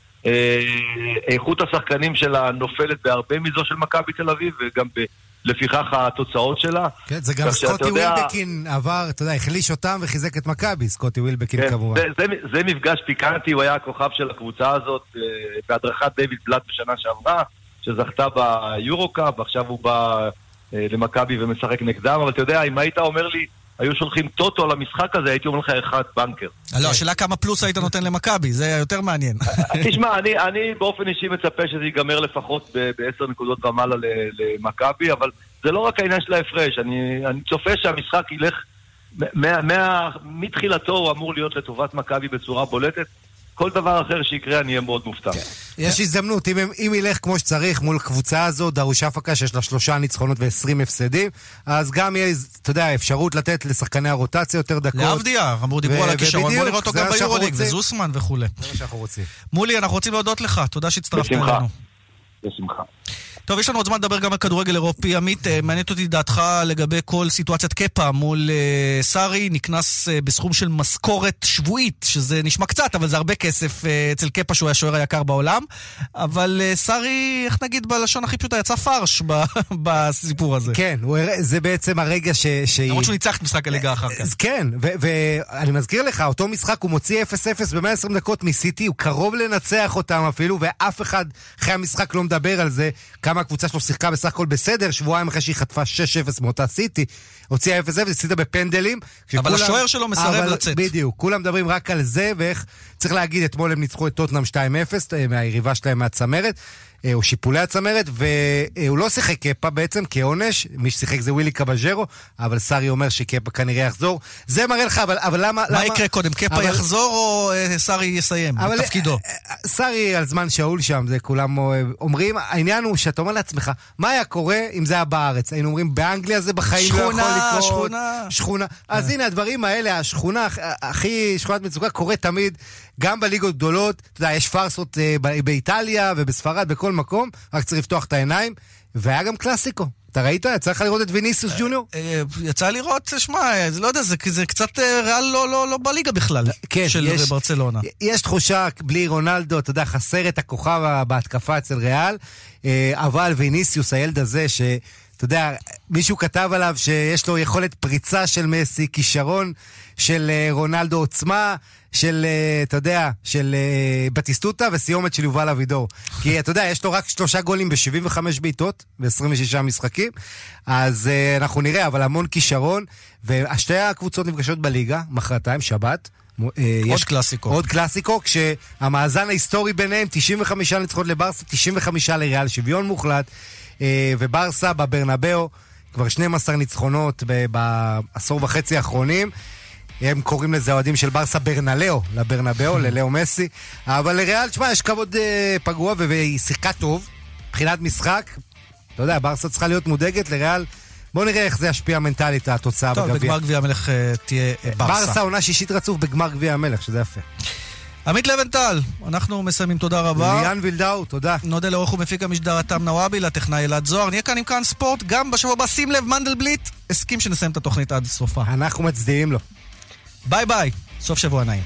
[SPEAKER 20] איכות השחקנים שלה נופלת בהרבה מזו של מכבי תל אביב, וגם ב... לפיכך התוצאות שלה.
[SPEAKER 2] כן, זה גם סקוטי ווילבקין עבר, אתה יודע, החליש אותם וחיזק את מכבי, סקוטי ווילבקין
[SPEAKER 20] כן,
[SPEAKER 2] כמובן.
[SPEAKER 20] זה, זה, זה מפגש פיקנטי, הוא היה הכוכב של הקבוצה הזאת, בהדרכת דיוויד בלאט בשנה שעברה, שזכתה ביורוקאפ, ועכשיו הוא בא למכבי ומשחק נגדם, אבל אתה יודע, אם היית אומר לי, היו שולחים טוטו על המשחק הזה, הייתי אומר לך אחד בנקר.
[SPEAKER 1] לא, השאלה כמה פלוס היית נותן למכבי, זה יותר מעניין.
[SPEAKER 20] תשמע, אני, אני באופן אישי מצפה שזה ייגמר לפחות בעשר נקודות ומעלה למכבי, אבל זה לא רק העניין של ההפרש, אני, אני צופה שהמשחק ילך, מה, מה, מתחילתו הוא אמור להיות לטובת מכבי בצורה בולטת, כל דבר אחר שיקרה אני אהיה מאוד מופתע.
[SPEAKER 2] יש הזדמנות, אם, אם ילך כמו שצריך מול קבוצה הזו, דרושפקה שיש לה שלושה ניצחונות ועשרים הפסדים, אז גם יהיה, אתה יודע, אפשרות לתת לשחקני הרוטציה יותר דקות.
[SPEAKER 1] להבדיה, אמרו דיברו על הכישרון, בוא נראה אותו גם ביורוליג, וזוסמן וכו'.
[SPEAKER 2] זה מה שאנחנו רוצים.
[SPEAKER 1] מולי, אנחנו רוצים להודות לך, תודה שהצטרפת אלינו.
[SPEAKER 20] בשמחה.
[SPEAKER 1] טוב, יש לנו עוד זמן לדבר גם על כדורגל אירופי. עמית, מעניינת אותי דעתך לגבי כל סיטואציית קפה מול uh, סארי, נקנס uh, בסכום של משכורת שבועית, שזה נשמע קצת, אבל זה הרבה כסף uh, אצל קפה שהוא השוער היקר בעולם, אבל uh, סארי, איך נגיד בלשון הכי פשוטה, יצא פרש ב- בסיפור הזה.
[SPEAKER 2] כן, הוא, זה בעצם הרגע ש... ש...
[SPEAKER 1] למרות שהוא ניצח את משחק הליגה אחר כך.
[SPEAKER 2] כן, ואני מזכיר לך, אותו משחק הוא מוציא אפס אפס ב-מאה ועשרים דקות מסיטי, הוא קרוב לנצח אותם אפילו, ואף אחד אחרי המשחק לא מדבר על זה, כמה הקבוצה שלו שיחקה בסך הכל בסדר, שבועיים אחרי שהיא חטפה שש אפס מאותה סיטי, הוציאה אפס אפס, הצידה בפנדלים.
[SPEAKER 1] אבל השוער שלו מסרב לצאת. בדיוק,
[SPEAKER 2] כולם מדברים רק על זה, ואיך צריך להגיד, אתמול הם ניצחו את טוטנהאם שתיים אפס, מהיריבה שלהם מהצמרת, או שיפולי הצמרת, והוא לא שיחק קפה בעצם כעונש, מי ששיחק זה ווילי קבז'רו, אבל סארי אומר שקפה כנראה יחזור. זה מראה לך, אבל, אבל למה...
[SPEAKER 1] מה למה... יקרה קודם, קפה אבל... יחזור או סארי יסיים אבל... בתפקידו?
[SPEAKER 2] סארי על זמן שאול שם, זה כולם אומרים, העניין הוא שאתה אומר לעצמך, מה היה קורה אם זה היה בארץ? היינו אומרים, באנגליה זה בחיים
[SPEAKER 1] שכונה,
[SPEAKER 2] לא יכול לקרות.
[SPEAKER 1] שכונה,
[SPEAKER 2] שכונה. אז הנה, הדברים האלה, השכונה הכי שכונת מצוקה קורה תמיד, גם בליגות גדולות, אתה יודע, יש פרסות באיטליה ובספרד, בכל מקום, רק צריך לפתוח את העיניים, והיה גם קלאסיקו. אתה ראית? יצא לך לראות את ויניסיוס ג'וניור?
[SPEAKER 1] יצא לראות, שמע, לא יודע, זה קצת ריאל לא בליגה בכלל, של ברצלונה.
[SPEAKER 2] יש תחושה, בלי רונלדו, אתה יודע, חסר את הכוכב בהתקפה אצל ריאל, אבל ויניסיוס, הילד הזה, שאתה יודע, מישהו כתב עליו שיש לו יכולת פריצה של מסי, כישרון של רונלדו, עוצמה של, אתה יודע, של בטיסטוטה וסיומת של יובל אבידור. כי אתה יודע, יש לו רק שלושה גולים ב-שבעים וחמש בעיטות, ב-עשרים ושישה משחקים, אז אנחנו נראה, אבל המון כישרון, והשתי הקבוצות נפגשות בליגה, מחרתיים, שבת.
[SPEAKER 1] עוד
[SPEAKER 2] יש
[SPEAKER 1] קלאסיקו.
[SPEAKER 2] עוד קלאסיקו, כשהמאזן ההיסטורי ביניהם, תשעים וחמש ניצחונות לברסה, תשעים וחמש לריאל, שוויון מוחלט, וברסה בברנבאו, כבר שנים עשר ניצחונות בעשור וחצי האחרונים, הם קוראים לזה אוהדים של ברסה ברנלאו, לברנבאו, ללאו מסי, אבל לריאל, תשמע, יש כבוד פגוע, והיא שיחקה טוב, מבחינת משחק, אתה יודע, ברסה צריכה להיות מודאגת, לריאל, בואו נראה איך זה ישפיע מנטלית, התוצאה בגביע.
[SPEAKER 1] טוב, בגמר גביע המלך תהיה ברסה.
[SPEAKER 2] ברסה עונה שישית רצוף בגמר גביע המלך, שזה יפה.
[SPEAKER 1] עמית לבנטל, אנחנו מסיימים, תודה רבה.
[SPEAKER 2] ליאן וילדאו, תודה.
[SPEAKER 1] נודה לעורך ומפיק המשדר אתם נוואבי, לטכנאי אלעד זוהר. נהיה כאן עם כאן ספורט, גם בשבוע הבא, שים לב, מנדלבליט, הסכים שנסיים את התוכנית עד סופה.
[SPEAKER 2] אנחנו מצדיעים לו.
[SPEAKER 1] ביי ביי, סוף שבוע נעים.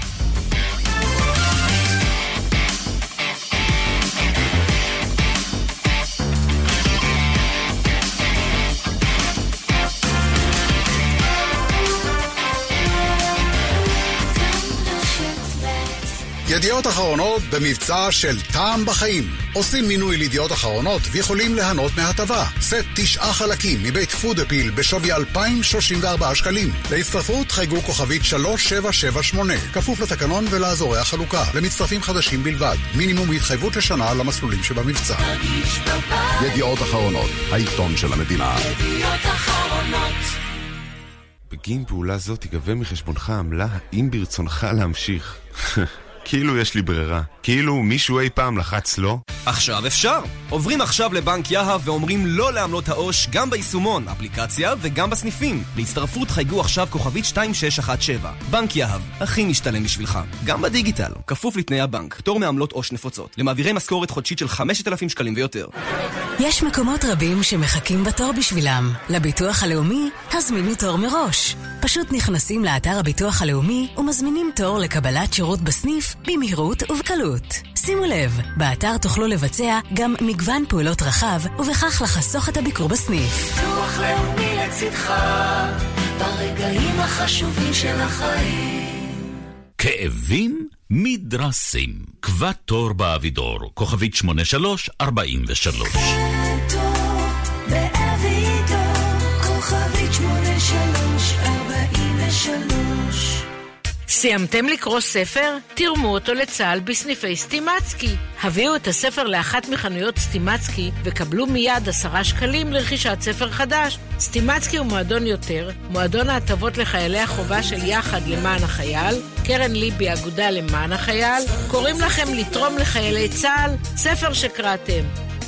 [SPEAKER 21] ידיעות אחרונות במבצע של טעם בחיים. עושים מינוי לידיעות אחרונות ויכולים ליהנות מהטבה. סט תשעה חלקים מבית פודאפיל בשווי אלפיים שלושים וארבעה שקלים. להצטרפות חייגו כוכבית שלוש שבע שבע שמונה. כפוף לתקנון ולאזורי החלוקה. למצטרפים חדשים בלבד. מינימום התחייבות לשנה למסלולים שבמבצע.
[SPEAKER 22] ידיעות אחרונות, העיתון של המדינה.
[SPEAKER 7] ידיעות אחרונות.
[SPEAKER 22] בגין פעולה זו תיגבה מחשבונך עמלה, האם ברצונך להמשיך. כאילו יש לי ברירה. כאילו מישהו אי פעם לחץ לא.
[SPEAKER 23] עכשיו אפשר. עוברים עכשיו לבנק יהב ואומרים לא לעמלות העו"ש גם ביישומון, אפליקציה וגם בסניפים. להצטרפות חייגו עכשיו כוכבית שתיים שש אחת שבע. בנק יהב, הכי משתלם בשבילך. גם בדיגיטל, כפוף לתנאי הבנק. פטור מעמלות עו"ש נפוצות. למעבירי משכורת חודשית של חמשת אלפים שקלים ויותר.
[SPEAKER 12] יש מקומות רבים שמחכים בתור בשבילם. לביטוח הלאומי, הזמינו תור מראש. פשוט נכנסים לאתר הביטוח הלאומי ומזמינים תור לקבלת שירות בסניף במהירות ובקלות. שימו לב, באתר תוכלו לבצע גם מגוון פעולות רחב ובכך לחסוך את הביקור בסניף.
[SPEAKER 7] ביטוח לאומי לצדך ברגעים החשובים של החיים.
[SPEAKER 6] כאבים מדרסים. קבע תור באבידור, כוכבית שמונה שלוש ארבעים ושלוש.
[SPEAKER 7] תור באבידור, כוכבית שמונה שלוש ארבעים ושלוש.
[SPEAKER 24] סיימתם לקרוא ספר? תרמו אותו לצהל בסניפי סטימצקי. הביאו את הספר לאחת מחנויות סטימצקי וקבלו מיד עשרה שקלים לרכישת ספר חדש. סטימצקי הוא מועדון יותר, מועדון ההטבות לחיילי החובה של יחד למען החייל, קרן ליבי אגודה למען החייל, קוראים לכם לתרום לחיילי צהל, ספר שקראתם.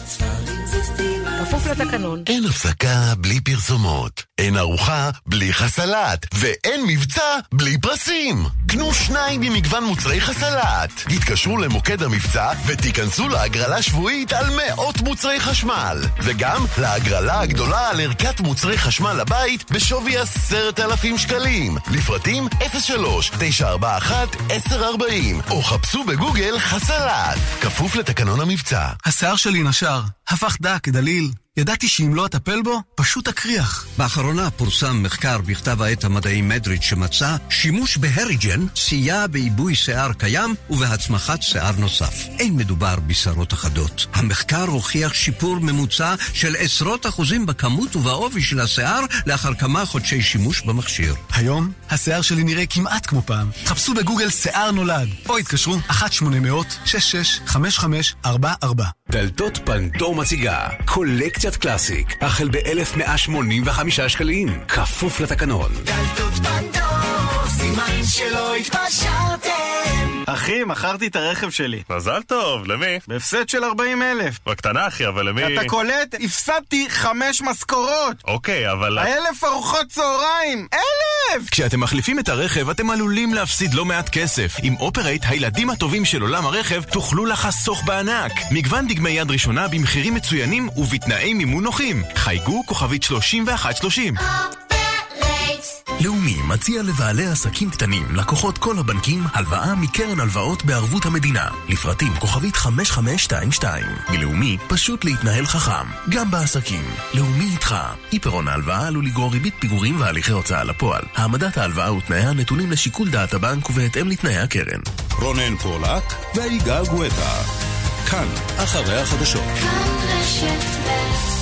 [SPEAKER 24] כפוף לתקנון.
[SPEAKER 9] אין הפסקה בלי פרסומות, אין ארוחה בלי חסלת, ואין מבצע בלי פרסים. קנו שניים במגוון מוצרי חסלת. התקשרו למוקד המבצע ותיכנסו להגרלה שבועית על מאות מוצרי חשמל. וגם להגרלה הגדולה על ערכת מוצרי חשמל לבית בשווי עשרת אלפים שקלים. לפרטים אפס שלוש תשע ארבע אחת עשר ארבעים או חפשו בגוגל חסלת. כפוף לתקנון המבצע.
[SPEAKER 25] השיער שלי נשר, הפך דק, דליל. ידעתי שאם לא אטפל בו, פשוט אקריח.
[SPEAKER 26] באחרונה פורסם מחקר בכתב העת המדעי מדריד שמצא שימוש בהריג'ן סייע בעיבוי שיער קיים ובהצמחת שיער נוסף. אין מדובר בשערות אחדות. המחקר הוכיח שיפור ממוצע של עשרות אחוזים בכמות ובעובי של השיער לאחר כמה חודשי שימוש במכשיר.
[SPEAKER 25] היום השיער שלי נראה כמעט כמו פעם. חפשו בגוגל שיער נולד או התקשרו אחת שמונה אפס אפס שש שש חמש חמש ארבע ארבע.
[SPEAKER 8] דלתות פנדור מציגה קולקציית קלאסיק החל ב-אלף מאה שמונים וחמישה שקלים, כפוף לתקנון.
[SPEAKER 7] דלתות פנדור סימן שלא התפשרתם.
[SPEAKER 3] אחי, מכרתי את הרכב שלי.
[SPEAKER 4] מזל טוב, למי?
[SPEAKER 3] בהפסד של ארבעים אלף.
[SPEAKER 4] בקטנה אחי, אבל למי?
[SPEAKER 3] אתה קולט? הפסדתי חמש משכורות.
[SPEAKER 4] אוקיי, אבל...
[SPEAKER 3] אלף ארוחות צהריים! אלף!
[SPEAKER 8] כשאתם מחליפים את הרכב, אתם עלולים להפסיד לא מעט כסף. עם אופרייט, הילדים הטובים של עולם הרכב, תוכלו לחסוך בענק. מגוון דגמי יד ראשונה במחירים מצוינים ובתנאי מימון נוחים. חייגו כוכבית שלושים ואחת שלושים. לאומי מציע לבעלי עסקים קטנים, לקוחות כל הבנקים, הלוואה מקרן הלוואות בערבות המדינה. לפרטים כוכבית חמש חמש שתיים שתיים. מלאומי פשוט להתנהל חכם, גם בעסקים. לאומי איתך. אי פירעון ההלוואה עלול לגרור ריבית פיגורים והליכי הוצאה לפועל. העמדת ההלוואה ותנאיה נתונים לשיקול דעת הבנק ובהתאם לתנאי הקרן.
[SPEAKER 5] רונן פולק ויגאל גואטה. כאן, אחרי החדשות.
[SPEAKER 7] כאן רשת ב'